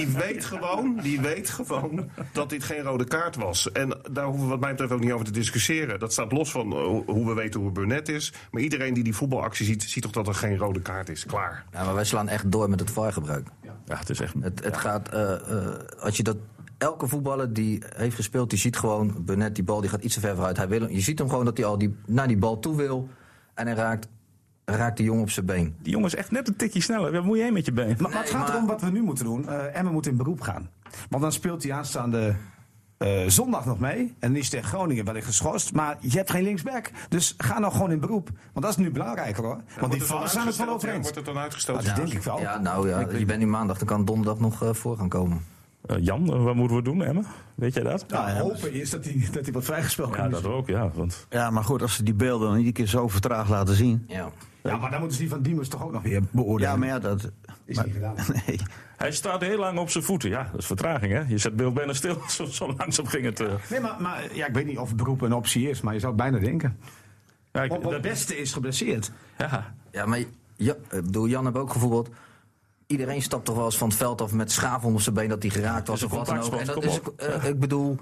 Die weet gewoon dat dit geen rode kaart was. En daar hoeven we wat mij betreft ook niet over te discussiëren. Dat staat los van hoe we weten hoe Burnett is. Maar iedereen die voetbalactie ziet toch dat er geen rode kaart is. Klaar. Ja, maar wij slaan echt door met het VAR-gebruik. Ja, het is echt... Het gaat, als je dat... Elke voetballer die heeft gespeeld, die ziet gewoon... Burnett, die bal die gaat iets te ver vooruit. Je ziet hem gewoon dat hij al naar die bal toe wil. En hij raakt die jongen op zijn been. Die jongen is echt net een tikje sneller. Waar moet je heen met je been? Maar het gaat erom wat we nu moeten doen. Emmen moet in beroep gaan. Want dan speelt hij aanstaande zondag nog mee. En dan is tegen Groningen wellicht geschorst. Maar je hebt geen linksback. Dus ga nou gewoon in beroep. Want dat is nu belangrijker, hoor. Want die vallen zijn het wel overeen. Wordt het dan uitgesteld? Dat denk ik wel. Ja, je bent nu maandag, dan kan donderdag nog voor gaan komen. Jan, wat moeten we doen, Emma? Weet jij dat? Hopen is dat hij wordt vrijgespeeld. Ja, dat ook, ja. Want... Ja, maar goed, als ze die beelden dan iedere keer zo vertraagd laten zien. Ja. Ja, maar dan moeten ze die van Diemers toch ook nog weer beoordelen. Ja, maar ja, dat is niet gedaan. Nee. Hij staat heel lang op zijn voeten. Ja, dat is vertraging, hè? Je zet het beeld bijna stil. Zo langzaam ging het. Nee, maar ik weet niet of beroep een optie is, maar je zou het bijna denken. Ja, Want het beste is geblesseerd. Ja, maar ik bedoel, Jan heeft ook gevoetbald. Iedereen stapt toch wel eens van het veld af met schaaf onder zijn been dat hij geraakt was of wat dan ook. En dat is, ik bedoel,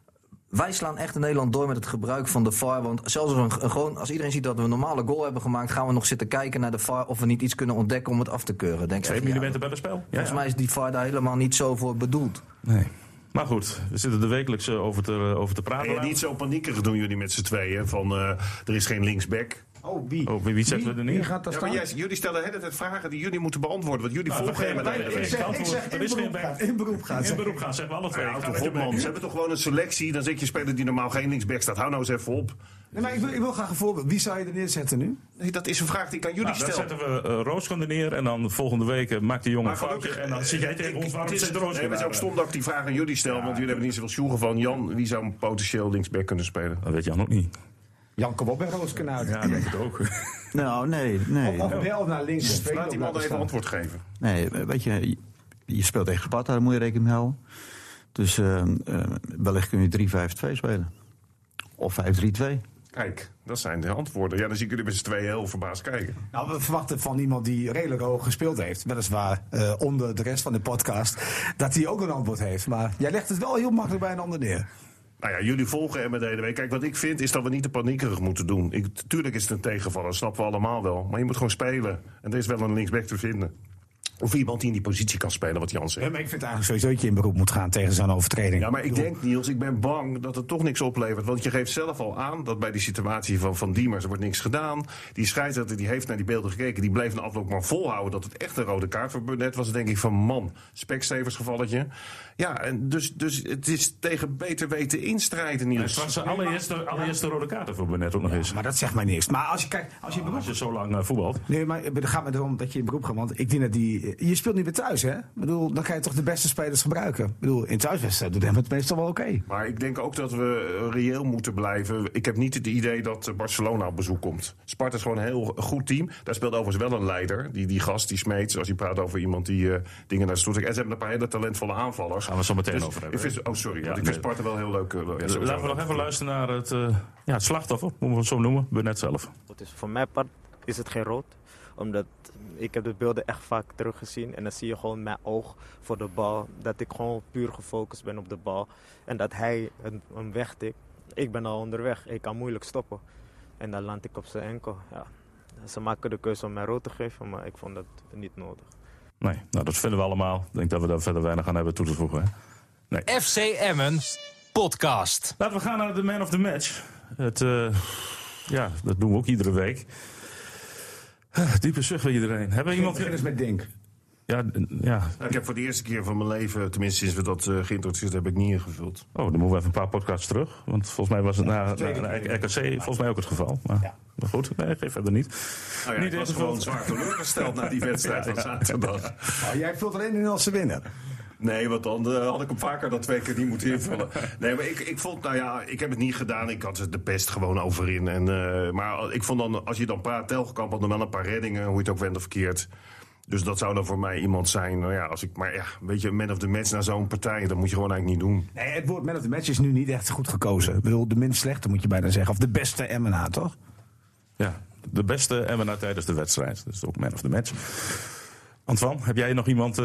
wij slaan echt in Nederland door met het gebruik van de VAR. Want zelfs als iedereen ziet dat we een normale goal hebben gemaakt, gaan we nog zitten kijken naar de VAR of we niet iets kunnen ontdekken om het af te keuren. Denk 2 millimeter bij het spel. Volgens mij is die VAR daar helemaal niet zo voor bedoeld. Nee. Maar goed, we zitten er wekelijks over te praten. En niet zo paniekerig doen jullie met z'n tweeën. Van er is geen linksback. Oh, wie? Oh, wie zetten we er neer? Wie gaat daar Ja, staan? maar jullie stellen de hele tijd vragen die jullie moeten beantwoorden. Want jullie volgen hem. Ik zeg in beroep gaan. In beroep gaan, zeggen we alle twee. Ja, toch op, man. Ze hebben toch gewoon een selectie. Dan zet je speler die normaal geen linksback staat. Hou nou eens even op. Nee, maar ik wil graag een voorbeeld. Wie zou je er neerzetten nu? Nee, dat is een vraag die ik aan jullie Nou, dan stel. zetten we Roosgan er neer en dan volgende week maakt de jongen een foutje. En dan zit jij tegen ons, waarom zet Roosgan Het is ook stom dat ik die vraag aan jullie stel. Want jullie hebben niet zoveel sjoegen van. Jan, wie zou een potentieel linksback kunnen spelen? Dat weet Jan ook niet. Jan, kom op bij Roosken uit. Ja, dat denk ik ook. Nou, nee. Of bel naar links. Laat die man even antwoord geven. Nee, weet je speelt tegen Sparta, daar moet je rekening mee houden. Dus wellicht kun je 3-5-2 spelen. Of 5-3-2. Kijk, dat zijn de antwoorden. Ja, dan zie ik jullie met z'n tweeën heel verbaasd kijken. Nou, we verwachten van iemand die redelijk hoog gespeeld heeft. Weliswaar onder de rest van de podcast. Dat hij ook een antwoord heeft. Maar jij legt het wel heel makkelijk bij een ander neer. Nou ja, jullie volgen hem de hele week. Kijk, wat ik vind is dat we niet te paniekerig moeten doen. Tuurlijk is het een tegenvaller, dat snappen we allemaal wel. Maar je moet gewoon spelen. En er is wel een linksback te vinden. Of iemand die in die positie kan spelen, wat Jan zegt. Ja, maar ik vind eigenlijk sowieso dat je in beroep moet gaan tegen zo'n overtreding. Ja, maar ik denk, Niels, ik ben bang dat het toch niks oplevert. Want je geeft zelf al aan dat bij die situatie van Diemers er wordt niks gedaan. Die scheidsrechter die heeft naar die beelden gekeken. Die bleef een afloop maar volhouden dat het echt een rode kaart voor Burnett was. Dan denk ik van man, Specsavers gevalletje. Ja, en dus het is tegen beter weten instrijden, Niels. Het was de allereerste rode kaart voor Burnett ook nog eens. Maar dat zegt mij niks. Maar als je kijkt, als je in beroep... Als je zo lang voetbalt. Nee, maar het gaat me erom dat je in beroep gaat. Want ik denk dat die je speelt niet meer thuis, hè? Ik bedoel, dan ga je toch de beste spelers gebruiken. Ik bedoel, in thuiswedstrijd doet hem het meestal wel oké. Maar ik denk ook dat we reëel moeten blijven. Ik heb niet het idee dat Barcelona op bezoek komt. Sparta is gewoon een heel goed team. Daar speelt overigens wel een leider. Die gast, die Smeets, als je praat over iemand die dingen naar stoet. En ze hebben een paar hele talentvolle aanvallers. Gaan we zo meteen over hebben. Ik vind Sparta wel heel leuk. Laten we nog even luisteren naar het slachtoffer, moeten we het zo noemen, Burnett zelf. Dus voor mijn part is het geen rood. Omdat ik heb de beelden echt vaak teruggezien. En dan zie je gewoon mijn oog voor de bal. Dat ik gewoon puur gefocust ben op de bal. En dat hij hem wegtikt. Ik ben al onderweg. Ik kan moeilijk stoppen. En dan land ik op zijn enkel. Ja. Ze maken de keuze om mij rood te geven. Maar ik vond dat niet nodig. Nee, nou dat vinden we allemaal. Ik denk dat we daar verder weinig aan hebben toe te voegen. Hè? Nee. FC Emmen podcast. Laten we gaan naar de man of the match. Dat doen we ook iedere week. Diepe zucht bij iedereen. Hebben we iemand... Beginnen met Dink. Ja. Ik heb voor de eerste keer van mijn leven, tenminste sinds we dat geïntroduceerd hebben, ik niet ingevuld. Oh, dan moeten we even een paar podcasts terug. Want volgens mij was het na RKC volgens mij ook het geval. Maar goed, nee, geef verder niet. Nou ja, ik was gewoon zwaar teleurgesteld na die wedstrijd van zaterdag. Jij vult alleen in als ze winnen. Nee, want dan had ik hem vaker dan 2 keer niet moeten invullen. Nee, maar ik vond, ik heb het niet gedaan. Ik had de pest gewoon overin. Maar ik vond dan, als je dan praat, Telgekamp had nog wel een paar reddingen, hoe je het ook went of verkeerd. Dus dat zou dan voor mij iemand zijn. Weet je, man of the match naar zo'n partij, dat moet je gewoon eigenlijk niet doen. Nee, het woord man of the match is nu niet echt goed gekozen. Ik bedoel, de minst slechte moet je bijna zeggen. Of de beste Emmen, toch? Ja, de beste Emmen tijdens de wedstrijd. Dus ook man of the match. Antoine, heb jij nog iemand...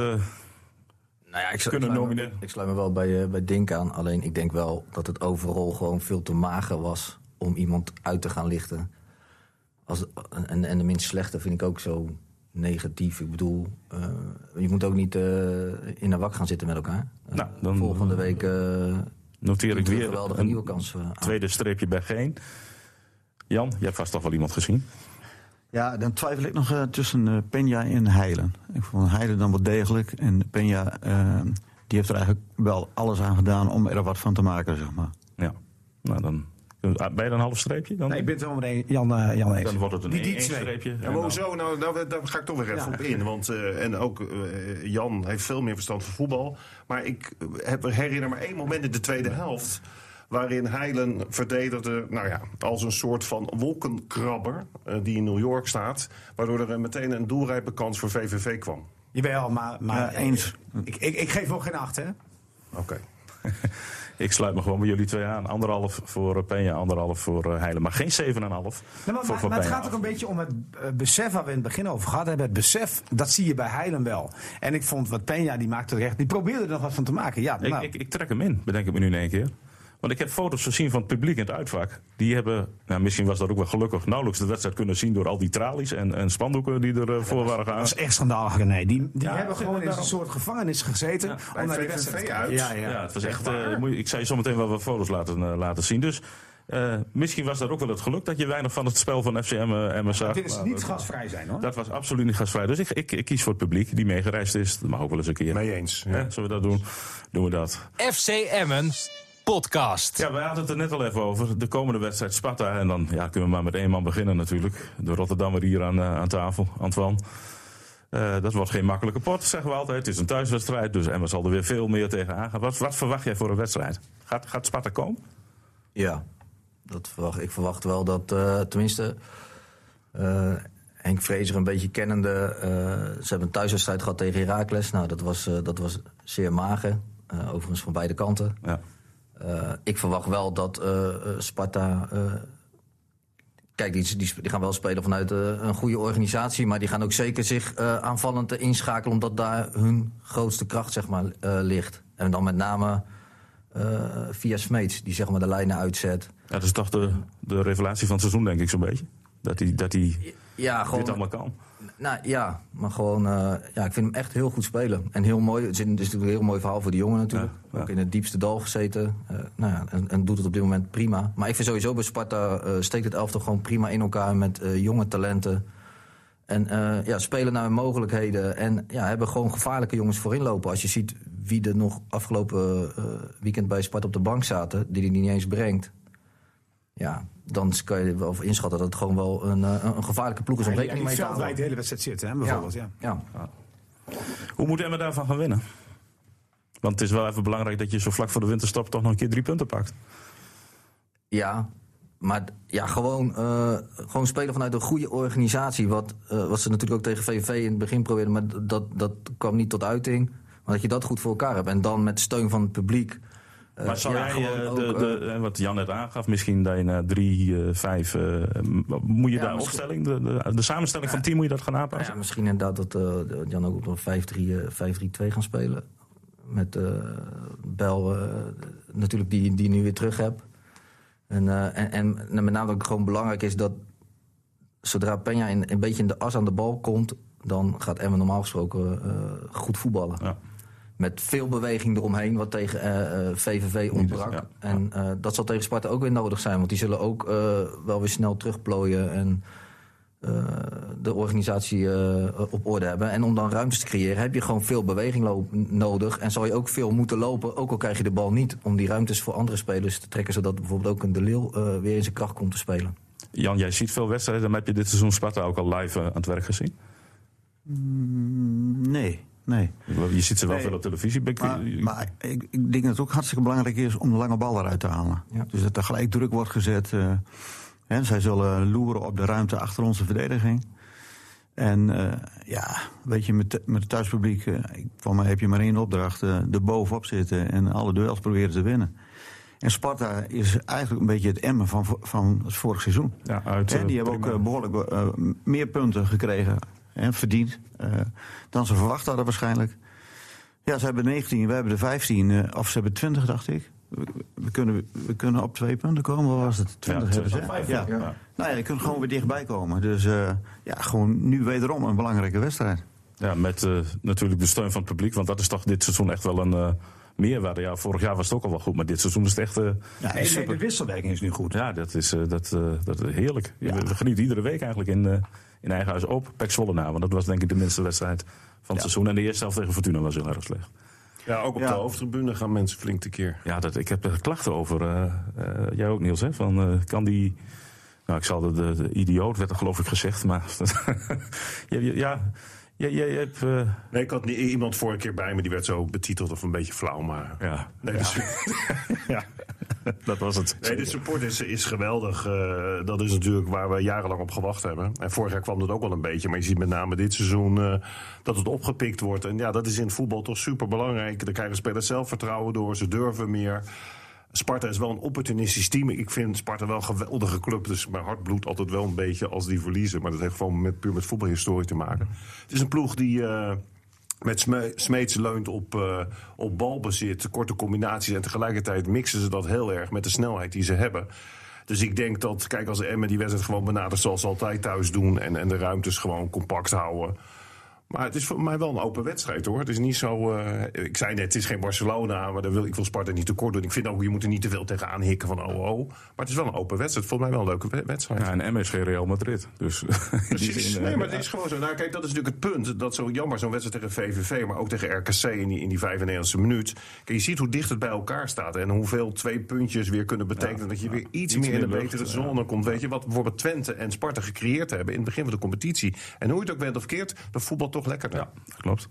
Ik sluit me wel bij Dink aan. Alleen ik denk wel dat het overal gewoon veel te mager was om iemand uit te gaan lichten. En de minst slechte vind ik ook zo negatief. Ik bedoel, je moet ook niet in een wak gaan zitten met elkaar. Dan volgende week noteer ik weer een geweldige nieuwe kans aan. Tweede streepje bij geen. Jan, jij hebt vast toch wel iemand gezien? Ja, dan twijfel ik nog tussen Peña en Heilen. Ik vond Heilen dan wel degelijk. En Peña, die heeft er eigenlijk wel alles aan gedaan om er wat van te maken, zeg maar. Ja, nou dan... Ben je een half streepje dan? Nee, ik ben het wel met Jan eens. Dan wordt het een 1 streepje. Ja, maar hoezo? Nou, daar ga ik toch weer even op in. Want en ook Jan heeft veel meer verstand van voetbal. Maar ik herinner me 1 moment in de tweede helft waarin Heilen verdedigde, als een soort van wolkenkrabber die in New York staat, waardoor er meteen een doelrijpe kans voor VVV kwam. Jawel, maar eens. Ik geef ook geen 8, hè? Oké. Ik sluit me gewoon bij jullie 2 aan. 1,5 voor Peña, 1,5 voor Heilen. Maar geen 7,5 voor het gaat ook een beetje om het besef waar we in het begin over gehad hebben. Het besef, dat zie je bij Heilen wel. En ik vond wat Peña, die maakte terecht. Die probeerde er nog wat van te maken. Ja, ik trek hem in, bedenk ik me nu in 1 keer. Want ik heb foto's gezien van het publiek in het uitvak. Die hebben, misschien was dat ook wel gelukkig, nauwelijks de wedstrijd kunnen zien door al die tralies en spandoeken die er voor waren gegaan. Dat was echt schandalig, René. Die hebben gewoon in een soort gevangenis gezeten om naar die wedstrijd te kijken. Ja, het was echt. Ik zou je zo meteen wel wat foto's laten zien. Dus misschien was dat ook wel het geluk dat je weinig van het spel van FC Emmen zag. Dit is niet gasvrij zijn, hoor. Dat was absoluut niet gasvrij. Dus ik kies voor het publiek die meegereisd is. Dat mag ook wel eens een keer. Mee eens. Ja. Zullen we dat doen? Doen we dat. FC Emmen podcast. Ja, wij hadden het er net al even over. De komende wedstrijd Sparta. En dan kunnen we maar met 1 man beginnen natuurlijk. De Rotterdammer hier aan tafel, Antoine. Dat wordt geen makkelijke pot, zeggen we altijd. Het is een thuiswedstrijd, dus Emmen zal er weer veel meer tegenaan gaan. Wat verwacht jij voor een wedstrijd? Gaat Sparta komen? Ja, ik verwacht wel dat, tenminste, Henk Vrezer een beetje kennende. Ze hebben een thuiswedstrijd gehad tegen Heracles. Nou, dat was zeer mager. Overigens van beide kanten. Ja. Ik verwacht wel dat Sparta... Kijk, die gaan wel spelen vanuit een goede organisatie, maar die gaan ook zeker zich aanvallend inschakelen, omdat daar hun grootste kracht, zeg maar, ligt. En dan met name via Smeets, die zeg maar de lijnen uitzet. Ja, dat is toch de revelatie van het seizoen, denk ik, zo'n beetje. Dat hij dit allemaal kan. Nou ja, maar gewoon, ik vind hem echt heel goed spelen. En heel mooi, het is natuurlijk een heel mooi verhaal voor die jongen natuurlijk. Ja. Ook in het diepste dal gezeten. En doet het op dit moment prima. Maar ik vind sowieso bij Sparta steekt het elftal gewoon prima in elkaar met jonge talenten. En spelen naar mogelijkheden. En hebben gewoon gevaarlijke jongens voorin lopen. Als je ziet wie er nog afgelopen weekend bij Sparta op de bank zaten, die hij niet eens brengt. Ja, dan kan je wel inschatten dat het gewoon wel een gevaarlijke ploeg is om rekening mee te houden. Veldwijd de hele wedstrijd zitten, hè, bijvoorbeeld. Ja. Hoe moet Emmen daarvan gaan winnen? Want het is wel even belangrijk dat je zo vlak voor de winterstop toch nog een keer 3 punten pakt. Ja, maar ja, gewoon spelen vanuit een goede organisatie. Wat ze natuurlijk ook tegen VVV in het begin probeerden, maar dat kwam niet tot uiting. Maar dat je dat goed voor elkaar hebt. En dan met steun van het publiek. Maar zou jij, wat Jan net aangaf, misschien dat je na 3-5... moet je daar opstelling, de samenstelling van het team, moet je dat gaan aanpassen? Ja, misschien inderdaad dat Jan ook op een 5-3-2 gaan spelen. Met Bel natuurlijk die nu weer terug hebt. En met name ook gewoon belangrijk is dat zodra Peña een beetje in de as aan de bal komt, dan gaat Emmen normaal gesproken goed voetballen. Ja. Met veel beweging eromheen, wat tegen VVV ontbrak. Ja. En dat zal tegen Sparta ook weer nodig zijn, want die zullen ook wel weer snel terugplooien en de organisatie op orde hebben. En om dan ruimtes te creëren heb je gewoon veel beweging nodig. En zal je ook veel moeten lopen, ook al krijg je de bal niet, om die ruimtes voor andere spelers te trekken, zodat bijvoorbeeld ook een De Leeuw weer in zijn kracht komt te spelen. Jan, jij ziet veel wedstrijden, maar heb je dit seizoen Sparta ook al live aan het werk gezien? Nee. Je ziet ze wel veel op televisie. Maar ik denk dat het ook hartstikke belangrijk is om de lange bal eruit te halen. Ja. Dus dat er gelijk druk wordt gezet. Zij zullen loeren op de ruimte achter onze verdediging. En weet je, met het thuispubliek, voor mij heb je maar één opdracht. Er bovenop zitten en alle duels proberen te winnen. En Sparta is eigenlijk een beetje het Emmen van het vorig seizoen. Ja, die hebben ook behoorlijk meer punten gekregen. Verdiend. Dan ze verwacht hadden waarschijnlijk. Ja, ze hebben 19, we hebben de 15. Of ze hebben 20, dacht ik. We kunnen op 2 punten komen. Wat was het? 20 hebben ze. Ja. Nou ja, je kunt gewoon weer dichtbij komen. Dus gewoon nu wederom een belangrijke wedstrijd. Ja, met natuurlijk de steun van het publiek. Want dat is toch dit seizoen echt wel een meerwaarde. Ja, vorig jaar was het ook al wel goed. Maar dit seizoen is het echt de wisselwerking is nu goed. Ja, dat is heerlijk. Ja. We genieten iedere week eigenlijk in eigen huis op PEC Zwolle na. Want dat was denk ik de minste wedstrijd van het seizoen. En de eerste helft tegen Fortuna was heel erg slecht. Ja, ook op de hoofdtribune gaan mensen flink tekeer. Ja, ik heb er klachten over. Jij ook, Niels, hè? Van, kan die... Nou, ik zal de idioot, werd er geloof ik gezegd. Maar je hebt... Nee, ik had iemand vorige keer bij me, die werd zo betiteld of een beetje flauw. Maar... Ja. Nee, dus... ja. Dat was het. Nee, de support is geweldig. Dat is natuurlijk waar we jarenlang op gewacht hebben. En vorig jaar kwam dat ook wel een beetje. Maar je ziet met name dit seizoen dat het opgepikt wordt. En ja, dat is in het voetbal toch super belangrijk. Dan krijgen spelers zelfvertrouwen door. Ze durven meer. Sparta is wel een opportunistisch team. Ik vind Sparta wel een geweldige club. Dus mijn hart bloedt altijd wel een beetje als die verliezen. Maar dat heeft gewoon puur met voetbalhistorie te maken. Het is een ploeg die... met Smeets leunt op balbezit, korte combinaties. En tegelijkertijd mixen ze dat heel erg met de snelheid die ze hebben. Dus ik denk dat, kijk, als de Emmen die wedstrijd gewoon benadert zoals ze altijd thuis doen. En de ruimtes gewoon compact houden. Maar het is voor mij wel een open wedstrijd, hoor. Het is niet zo... ik zei net, het is geen Barcelona, maar ik wil Sparta niet tekort doen. Ik vind ook, je moet er niet te veel tegenaan hikken van Maar het is wel een open wedstrijd. Volgens mij wel een leuke wedstrijd. Ja, en Emmen is geen Real Madrid. Dus precies. Nee, maar het is gewoon zo. Nou, kijk, dat is natuurlijk het punt. Dat zo jammer, zo'n wedstrijd tegen VVV, maar ook tegen RKC in die 95e minuut. Kijk, je ziet hoe dicht het bij elkaar staat. En hoeveel 2 puntjes weer kunnen betekenen. Dat je weer iets meer in de betere zone komt. Weet je, wat bijvoorbeeld Twente en Sparta gecreëerd hebben in het begin van de competitie. En hoe je het ook bent of keert, de voetbal toch lekker. Ja, klopt.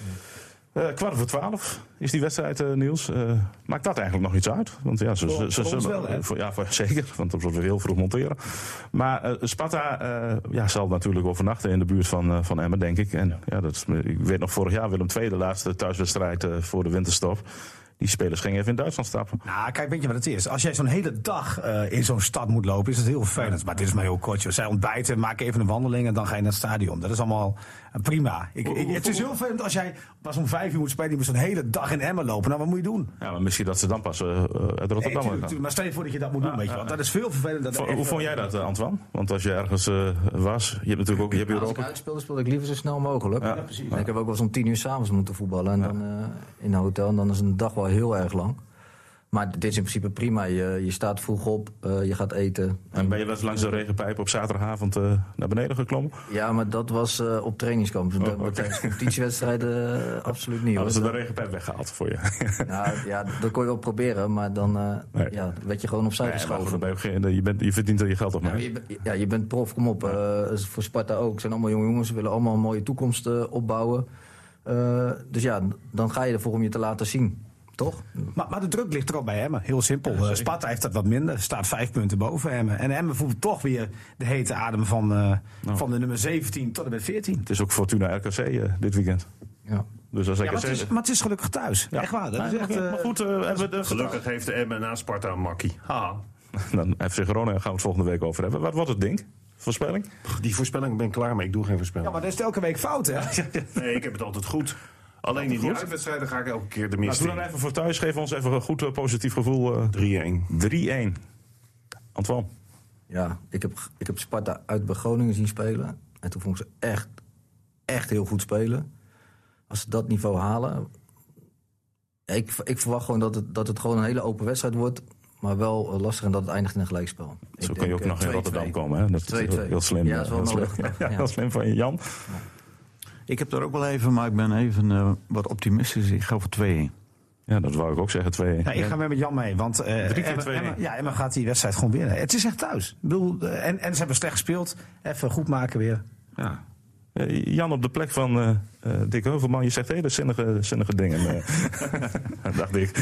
11:15 is die wedstrijd, Niels. Maakt dat eigenlijk nog iets uit? Want ja, ze zeker, want dat wordt weer heel vroeg monteren. Maar Sparta zal natuurlijk overnachten in de buurt van Emmen, denk ik. En ik weet nog vorig jaar Willem II, de laatste thuiswedstrijd voor de winterstop. Die spelers gingen even in Duitsland stappen. Nou, kijk, weet je wat het is? Als jij zo'n hele dag in zo'n stad moet lopen, is het heel vervelend. Maar dit is maar heel kort. Zij ontbijten, maken even een wandeling en dan ga je naar het stadion. Dat is allemaal prima. Het is heel vervelend als jij pas om 5 uur moet spelen. Je moet zo'n hele dag in Emmen lopen. Nou, wat moet je doen? Ja, maar misschien dat ze dan pas uit Rotterdam gaan. Maar stel je voor dat je dat moet doen, weet je. Want dat is veel vervelender. Hoe vond jij dat, Antoine? Want als je ergens was, je hebt natuurlijk ook... Als ik uitspeelde ik liever zo snel mogelijk. Ja, precies. Ik heb ook wel eens om 10 uur 's avonds moeten voetballen. En dan in een hotel. En dan is een dag wel heel erg lang. Maar dit is in principe prima. Je staat vroeg op, je gaat eten. En ben je wel eens langs de regenpijp op zaterdagavond naar beneden geklommen? Ja, maar dat was op trainingskamp. Tijdens competitiewedstrijden absoluut niet. Hadden ze de regenpijp weggehaald voor je? Ja, dat kon je wel proberen. Maar dan werd je gewoon opzij geschoven. Je verdient er je geld op mee. Je bent prof, kom op. Voor Sparta ook. Het zijn allemaal jonge jongens. Ze willen allemaal een mooie toekomst opbouwen. Dus ja, dan ga je ervoor om je te laten zien. Toch? Maar de druk ligt er al bij Emmen. Heel simpel. Sparta heeft dat wat minder. Staat 5 punten boven Emmen. En Emmen voelt toch weer de hete adem van de nummer 17 tot en met 14. Het is ook Fortuna RKC dit weekend. Ja. Dus als RKC... maar het is gelukkig thuis. Ja. Echt waar. Dat is echt, maar goed, gelukkig heeft de Emmen na Sparta een makkie. Ha. Dan FC Groningen gaan we het volgende week over hebben. Wat wordt het ding? Voorspelling? Die voorspelling ben ik klaar mee. Ik doe geen voorspelling. Ja, maar dat is elke week fout, hè? Nee, ik heb het altijd goed. Alleen in die uitwedstrijden ga ik elke keer de mist in. Doe dan even voor thuis. Geef ons even een goed positief gevoel. 3-1. Antoine? Ja, ik heb Sparta uit bij Groningen zien spelen. En toen vond ik ze echt heel goed spelen. Als ze dat niveau halen... Ik verwacht gewoon dat het gewoon een hele open wedstrijd wordt... maar wel lastig en dat het eindigt in een gelijkspel. Zo kun je ook nog in Rotterdam komen, hè? Dat is heel slim. Ja, dat is wel nodig. Heel slim van je, Jan. Ja. Ik heb er ook wel even, maar ik ben even wat optimistisch. Ik ga voor 2-1. Ja, dat wou ik ook zeggen, 2-1. Ja, ik ga met Jan mee, want Emma gaat die wedstrijd gewoon winnen. Het is echt thuis. Ik bedoel, en ze hebben slecht gespeeld. Even goed maken weer. Ja. Jan op de plek van Dick Heuvelman. Je zegt hele zinnige dingen. Dacht ik.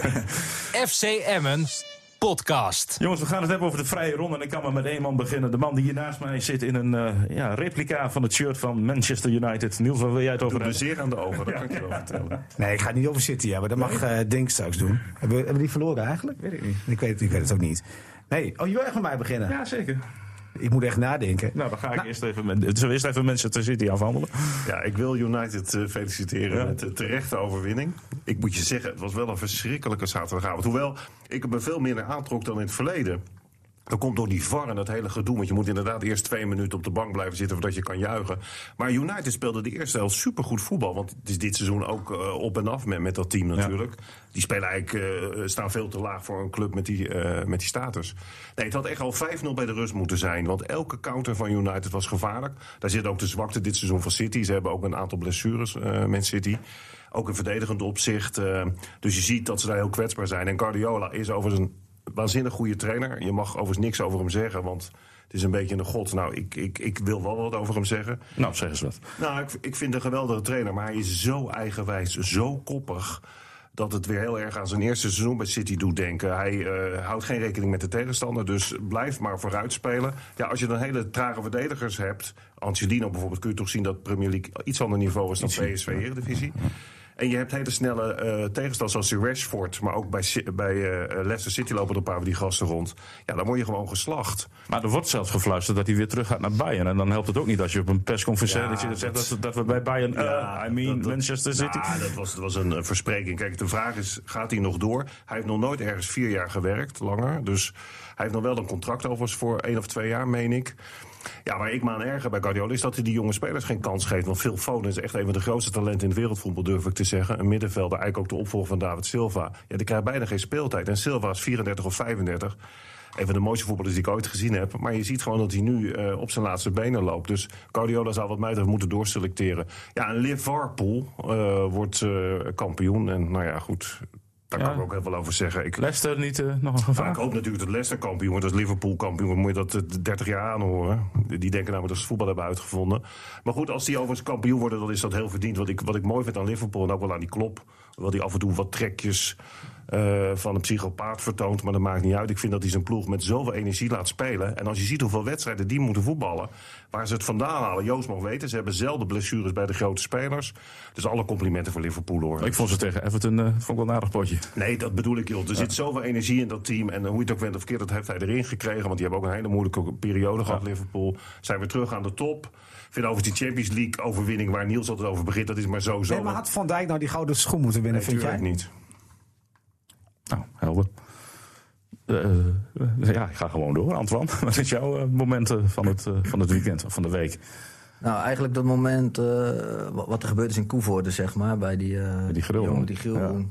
FC Emmen podcast. Jongens, we gaan het hebben over de vrije ronde. En ik kan maar met één man beginnen. De man die hier naast mij zit in een replica van het shirt van Manchester United. Niels, waar wil jij het over hebben? Zeer aan de ogen, dat kan ik je wel vertellen. Nee, ik ga het niet over City hebben. Dat mag Dink straks doen. Hebben we die verloren eigenlijk? Weet ik niet. Ik weet het ook niet. Nee, je wil echt met mij beginnen? Ja, zeker. Ik moet echt nadenken. Nou, dan ga ik eerst even Manchester City afhandelen. Ja, ik wil United feliciteren met de terechte overwinning. Ik moet je zeggen, het was wel een verschrikkelijke zaterdagavond. Hoewel ik me veel minder aantrok dan in het verleden. Dan komt door die VAR en dat hele gedoe. Want je moet inderdaad eerst 2 minuten op de bank blijven zitten voordat je kan juichen. Maar United speelde de eerste helft supergoed voetbal. Want het is dit seizoen ook op en af met dat team natuurlijk. Ja. Die spelen eigenlijk, staan veel te laag voor een club met die status. Nee, het had echt al 5-0 bij de rust moeten zijn. Want elke counter van United was gevaarlijk. Daar zit ook de zwakte dit seizoen van City. Ze hebben ook een aantal blessures, Man City. Ook in verdedigend opzicht. Dus je ziet dat ze daar heel kwetsbaar zijn. En Guardiola is overigens een waanzinnig goede trainer. Je mag overigens niks over hem zeggen, want het is een beetje een god. Nou, ik wil wel wat over hem zeggen. Nou, zeg eens wat. Nou, ik vind een geweldige trainer, maar hij is zo eigenwijs, zo koppig, dat het weer heel erg aan zijn eerste seizoen bij City doet denken. Hij houdt geen rekening met de tegenstander, dus blijf maar vooruit spelen. Ja, als je dan hele trage verdedigers hebt, Angelino bijvoorbeeld, kun je toch zien dat Premier League iets ander niveau is dan PSV Eredivisie. En je hebt hele snelle tegenstanders zoals die Rashford. Maar ook bij Leicester City lopen er een paar van die gasten rond. Ja, dan word je gewoon geslacht. Maar er wordt zelfs gefluisterd dat hij weer terug gaat naar Bayern. En dan helpt het ook niet als je op een persconferentie zegt dat we bij Bayern... Manchester City... Ja, dat was een verspreking. Kijk, de vraag is, gaat hij nog door? Hij heeft nog nooit ergens 4 jaar gewerkt, langer. Dus hij heeft nog wel een contract overigens voor 1 of 2 jaar, meen ik. Ja, waar ik me aan erger bij Guardiola is dat hij die jonge spelers geen kans geeft. Want Phil Foden is echt een van de grootste talenten in het wereldvoetbal, durf ik te zeggen. Een middenvelder, eigenlijk ook de opvolger van David Silva. Ja, die krijgt bijna geen speeltijd. En Silva is 34 of 35. Een van de mooiste voetballers die ik ooit gezien heb. Maar je ziet gewoon dat hij nu op zijn laatste benen loopt. Dus Guardiola zou wat mij betreft moeten doorselecteren. Ja, en Liverpool wordt kampioen. En nou ja, goed... Daar kan ik ook heel veel over zeggen. Leicester niet nog een gevaar? Ik hoop natuurlijk dat Leicester kampioen wordt. Als Liverpool kampioen wordt, moet je dat 30 jaar aanhoren. Die denken namelijk dat ze voetbal hebben uitgevonden. Maar goed, als die overigens kampioen worden, dan is dat heel verdiend. Wat ik mooi vind aan Liverpool en ook wel aan die Klopp. Wel die af en toe wat trekjes van een psychopaat vertoont. Maar dat maakt niet uit. Ik vind dat hij zijn ploeg met zoveel energie laat spelen. En als je ziet hoeveel wedstrijden die moeten voetballen, waar ze het vandaan halen. Joost mag weten, ze hebben zelden blessures bij de grote spelers. Dus alle complimenten voor Liverpool, hoor. Ik vond ze tegen Everton vond ik wel een aardig potje. Nee, dat bedoel ik, joh. Er zit zoveel energie in dat team. En hoe je het ook bent of verkeerd, dat heeft hij erin gekregen. Want die hebben ook een hele moeilijke periode gehad, Liverpool. Zijn weer terug aan de top. Ik vind overigens die Champions League overwinning waar Niels altijd over begint, dat is maar zo. Nee, maar had Van Dijk nou die gouden schoen moeten winnen, vind jij? Niet. Nou, helder. Ja, ik ga gewoon door. Antoine, wat is jouw moment van het weekend of van de week? Nou, eigenlijk dat moment wat er gebeurd is in Koevoorde, zeg maar, bij die jongen, die Gilroen.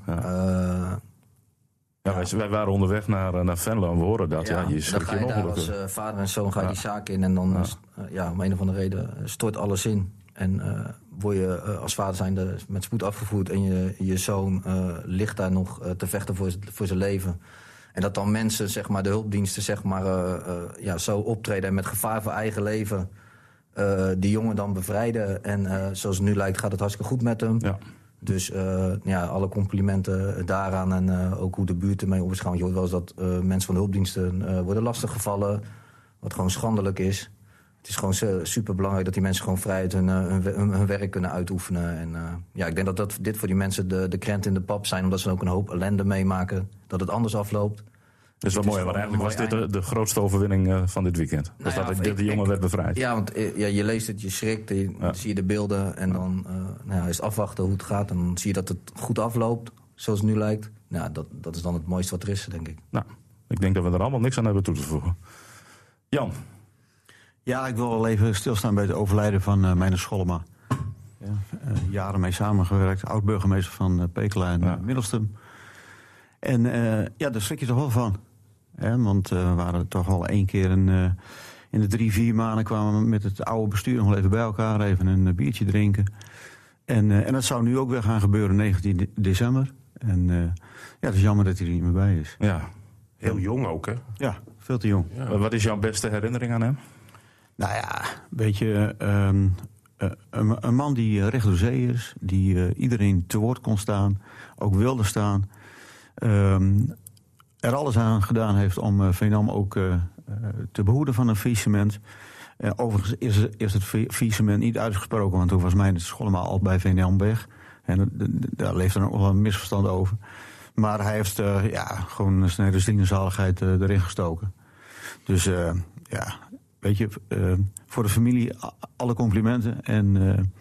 Wij waren onderweg naar Venlo en we horen dat. Ja, je schrik je nog als vader en zoon ga je die zaak in en dan om een of andere reden stort alles in. En word je als vader zijnde met spoed afgevoerd en je zoon ligt daar nog te vechten voor zijn leven. En dat dan mensen, zeg maar, de hulpdiensten, zeg maar, zo optreden en met gevaar voor eigen leven die jongen dan bevrijden. En zoals het nu lijkt gaat het hartstikke goed met hem. Ja. Dus alle complimenten daaraan en ook hoe de buurt ermee om is gaan. Want je hoort wel eens dat mensen van de hulpdiensten worden lastiggevallen. Wat gewoon schandelijk is. Het is gewoon super belangrijk dat die mensen gewoon vrijheid hun werk kunnen uitoefenen. En ik denk dat dit voor die mensen de krent in de pap zijn. Omdat ze ook een hoop ellende meemaken. Dat het anders afloopt. Dat is wel mooi, want eigenlijk was dit de grootste overwinning van dit weekend. Dus dat de jongen werd bevrijd. Ja, want je leest het, je schrikt, dan zie je de beelden. En dan is het afwachten hoe het gaat. En dan zie je dat het goed afloopt, zoals het nu lijkt. Nou, dat is dan het mooiste wat er is, denk ik. Nou, ik denk dat we er allemaal niks aan hebben toe te voegen. Jan? Ja, ik wil wel even stilstaan bij het overlijden van Meijner Schollema. Jaren mee samengewerkt, oud-burgemeester van Pekela en Middelstum. En daar schrik je toch wel van. Want we waren toch al 1 keer in de 3-4 maanden kwamen we met het oude bestuur nog even bij elkaar, even een biertje drinken. En dat zou nu ook weer gaan gebeuren, 19 december. En het is jammer dat hij er niet meer bij is. Ja, heel jong ook, hè? Ja, veel te jong. Ja. Wat is jouw beste herinnering aan hem? Nou ja, weet je, een man die recht door zee is, die iedereen te woord kon staan, ook wilde staan. Er alles aan gedaan heeft om Veendam ook te behoeden van een faillissement. Overigens is het faillissement niet uitgesproken, want toen was Meijner Schollema al bij Veendam weg. En daar leeft dan ook wel een misverstand over. Maar hij heeft gewoon een snede zielzaligheid erin gestoken. Dus weet je, voor de familie alle complimenten. En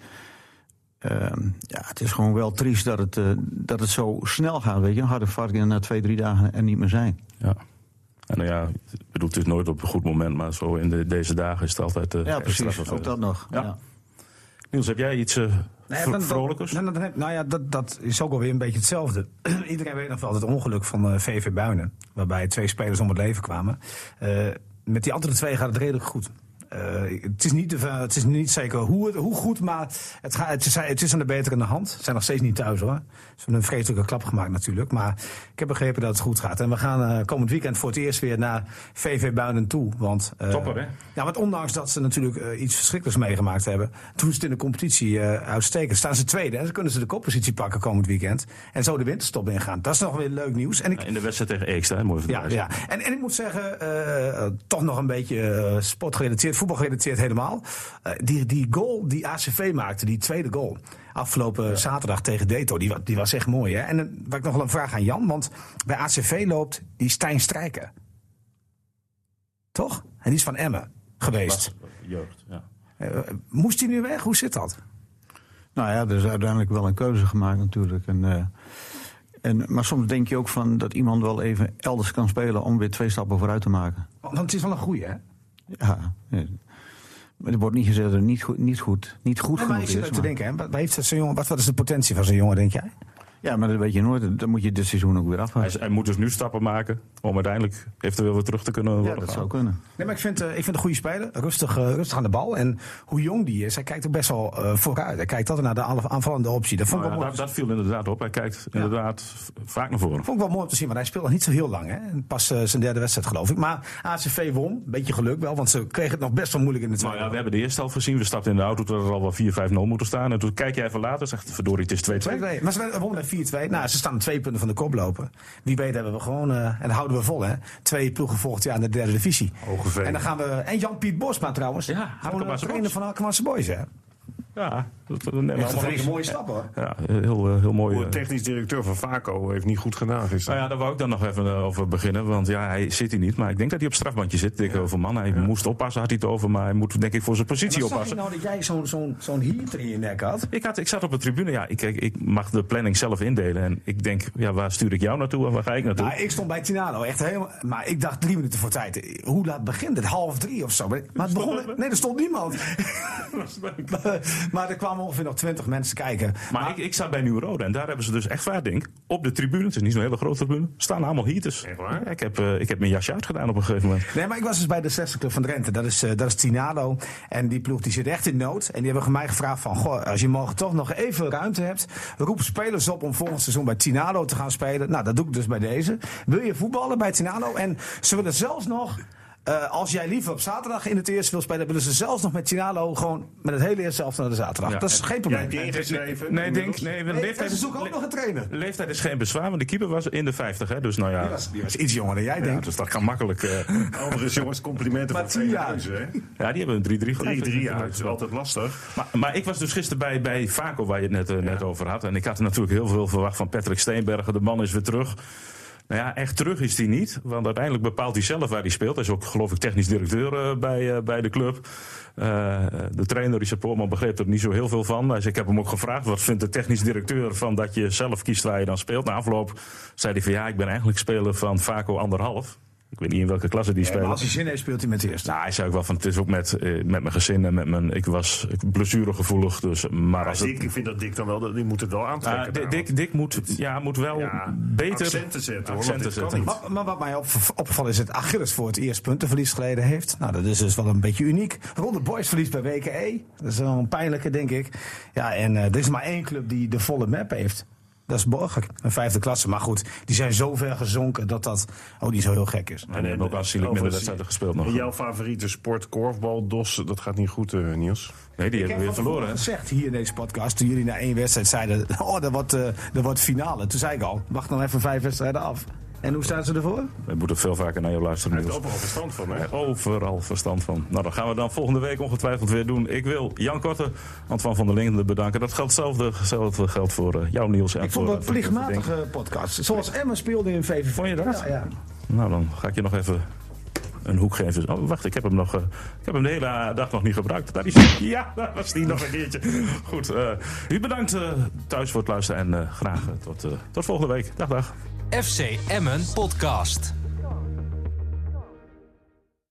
het is gewoon wel triest dat het zo snel gaat. Weet je, een harde varken na 2-3 dagen er niet meer zijn. Ja. En ik bedoel, het is nooit op een goed moment, maar zo in deze dagen is het altijd. Ja, precies. Ook dat nog. Ja. Niels, heb jij iets vrolijkers? Dat is ook alweer een beetje hetzelfde. Iedereen weet nog wel het ongeluk van VV Buinen, waarbij 2 spelers om het leven kwamen. Met die andere 2 gaat het redelijk goed. Het is niet zeker hoe goed, maar het is aan de betere hand. Ze zijn nog steeds niet thuis, hoor. Ze hebben een vreselijke klap gemaakt natuurlijk. Maar ik heb begrepen dat het goed gaat. En we gaan komend weekend voor het eerst weer naar VV Buinen toe. Want, topper, hè? Ja, want ondanks dat ze natuurlijk iets verschrikkelijks meegemaakt hebben, doen ze het in de competitie uitstekend. Staan ze tweede en dan kunnen ze de koppositie pakken komend weekend. En zo de winterstop ingaan. Dat is nog weer leuk nieuws. En in de wedstrijd tegen Eeksta, mooi verwijzen. Ja. En ik moet zeggen, toch nog een beetje sportgerelateerd, voetbalgerelateerd helemaal. Die goal die ACV maakte, die tweede goal, afgelopen zaterdag tegen Deto, die was echt mooi. Hè? En dan heb ik nog wel een vraag aan Jan, want bij ACV loopt die Stijn Strijker. Toch? En die is van Emmen geweest. Jeugd, ja. Moest hij nu weg? Hoe zit dat? Nou ja, er is uiteindelijk wel een keuze gemaakt natuurlijk. Maar soms denk je ook van dat iemand wel even elders kan spelen om weer 2 stappen vooruit te maken. Want het is wel een goeie, hè? Ja. Maar er wordt niet gezegd dat het niet goed genoeg maar ik zit ook te denken, hè? Wat is de potentie van zo'n jongen, denk jij? Ja, maar dat weet je nooit. Dan moet je dit seizoen ook weer afwachten. Hij moet dus nu stappen maken om uiteindelijk eventueel weer terug te kunnen worden. Ja, dat zou kunnen. Nee, maar ik vind een goede speler. Rustig aan de bal. En hoe jong die is, hij kijkt ook best wel vooruit. Hij kijkt altijd naar de aanvallende optie. Dat vond ik wel mooi. Dat viel inderdaad op. Hij kijkt inderdaad vaak naar voren. Dat vond ik wel mooi om te zien, want hij speelt nog niet zo heel lang. Hè? Pas zijn 3e wedstrijd, geloof ik. Maar ACV won. Een beetje geluk wel, want ze kregen het nog best wel moeilijk in de tweede. Nou ja, we hebben de eerste helft gezien. We stapten in de auto dat er al wel 4-5-0 moeten staan. En toen kijk jij even later, zegt verdorie, het is 2-2. Maar ze wonnen met 4-2. Nou, ze staan 2 punten van de kop lopen. Wie weet hebben we gewoon, en dat houden we vol, hè. 2 ploegen volgend jaar in de 3e divisie. Hogeveen. En dan gaan we, en Jan-Piet Bosma trouwens. Ja, trainer van Alkmaarse Boys, hè. Ja, dat is een mooie stap, hoor. Ja, heel mooi. De technisch directeur van Vaco heeft niet goed gedaan gisteren. Nou ja, daar wou ik dan nog even over beginnen. Want ja, hij zit hier niet. Maar ik denk dat hij op strafbandje zit. Dick Heuvelman. Hij moest oppassen, had hij het over. Maar hij moet denk ik voor zijn positie oppassen. Zag je nou dat jij zo'n heater in je nek had? Ik zat op de tribune. Ja, ik mag de planning zelf indelen. En ik denk, ja, waar stuur ik jou naartoe en waar ga ik naartoe? Nou, ik stond bij Tinado. Echt helemaal. Maar ik dacht 3 minuten voor tijd. Hoe laat begint het? 2:30 of zo. Maar het begon. Nee, er stond niemand. Maar er kwamen ongeveer nog 20 mensen kijken. Maar ik zat bij Nieuw-Rode en daar hebben ze dus echt waar, denk op de tribune, het is niet zo'n hele grote tribune, staan allemaal heaters. Echt waar? Ja, ik heb mijn jasje uitgedaan op een gegeven moment. Nee, maar ik was dus bij de 60 Club van Drenthe. Dat is Tinado. En die ploeg die zit echt in nood. En die hebben mij gevraagd van, goh, als je morgen toch nog even ruimte hebt, roep spelers op om volgend seizoen bij Tinado te gaan spelen. Nou, dat doe ik dus bij deze. Wil je voetballen bij Tinado? En ze willen zelfs nog Als jij liever op zaterdag in het eerste wil spelen, willen ze zelfs nog met Chinalo gewoon met het hele eerste zelf naar de zaterdag. Ja, dat is geen probleem. Jij hebt die ingeschreven? Nee, ze zoeken ook nog een trainer. Leeftijd is geen bezwaar, want de keeper was in de 50. Hè? Dus nou ja. Die was iets jonger dan jij denkt. Dus dat kan makkelijk. Overigens, jongens, complimenten voor 2 jaar. Ja, die hebben een 3-3 gedaan. 3-3, ja. Dat is altijd lastig. Maar ik was dus gisteren bij Vaco, waar je het net over had. En ik had er natuurlijk heel veel verwacht van Patrick Steenbergen. De man is weer terug. Nou ja, echt terug is hij niet. Want uiteindelijk bepaalt hij zelf waar hij speelt. Hij is ook, geloof ik, technisch directeur bij de club. De trainer, Richard Poorman, begreep er niet zo heel veel van. Dus ik heb hem ook gevraagd, wat vindt de technisch directeur van dat je zelf kiest waar je dan speelt? Na afloop zei hij van ja, ik ben eigenlijk speler van Vaco 1,5. Ik weet niet in welke klasse die speelt. Maar als hij zin heeft, speelt hij met de eerste. Nou, hij zei ook wel van het is ook met mijn gezin en ik was blessuregevoelig. Dus, maar als ik vind dat Dick dan wel, die moet het wel aantrekken. Dick moet wel beter accenten zetten. Maar wat mij opgevallen is dat Achilles voor het eerst puntenverlies geleden heeft. Nou, dat is dus wel een beetje uniek. Ronde Boys verliest bij WKE. Dat is wel een pijnlijke, denk ik. Ja, en er is maar 1 club die de volle map heeft. Dat is Borger, een 5e klasse. Maar goed, die zijn zo ver gezonken dat niet zo heel gek is. En die hebben ook aanzienlijk minder wedstrijden gespeeld nog. Jouw favoriete sport, korfbal, DOS, dat gaat niet goed, Niels. Nee, die hebben weer verloren. Ik heb gezegd hier in deze podcast, toen jullie na 1 wedstrijd zeiden, dat wordt finale. Toen zei ik al, wacht dan even 5 wedstrijden af. En hoe staan ze ervoor? We moeten veel vaker naar jou luisteren. Hij heeft overal verstand van, hè? Overal verstand van. Nou, dat gaan we dan volgende week ongetwijfeld weer doen. Ik wil Jan Korte, Antoine van der Linden bedanken. Dat geldt hetzelfde geldt voor jou, Niels. En ik vond het een plichtmatige podcast. Zoals Emma speelde in VVV. Vond je dat? Ja. Nou, dan ga ik je nog even een hoek geven. Oh, wacht, ik heb hem de hele dag nog niet gebruikt. Daar is hij. Ja, daar was die nog een keertje. Goed, u bedankt thuis voor het luisteren en graag tot volgende week. Dag. FC Emmen Podcast.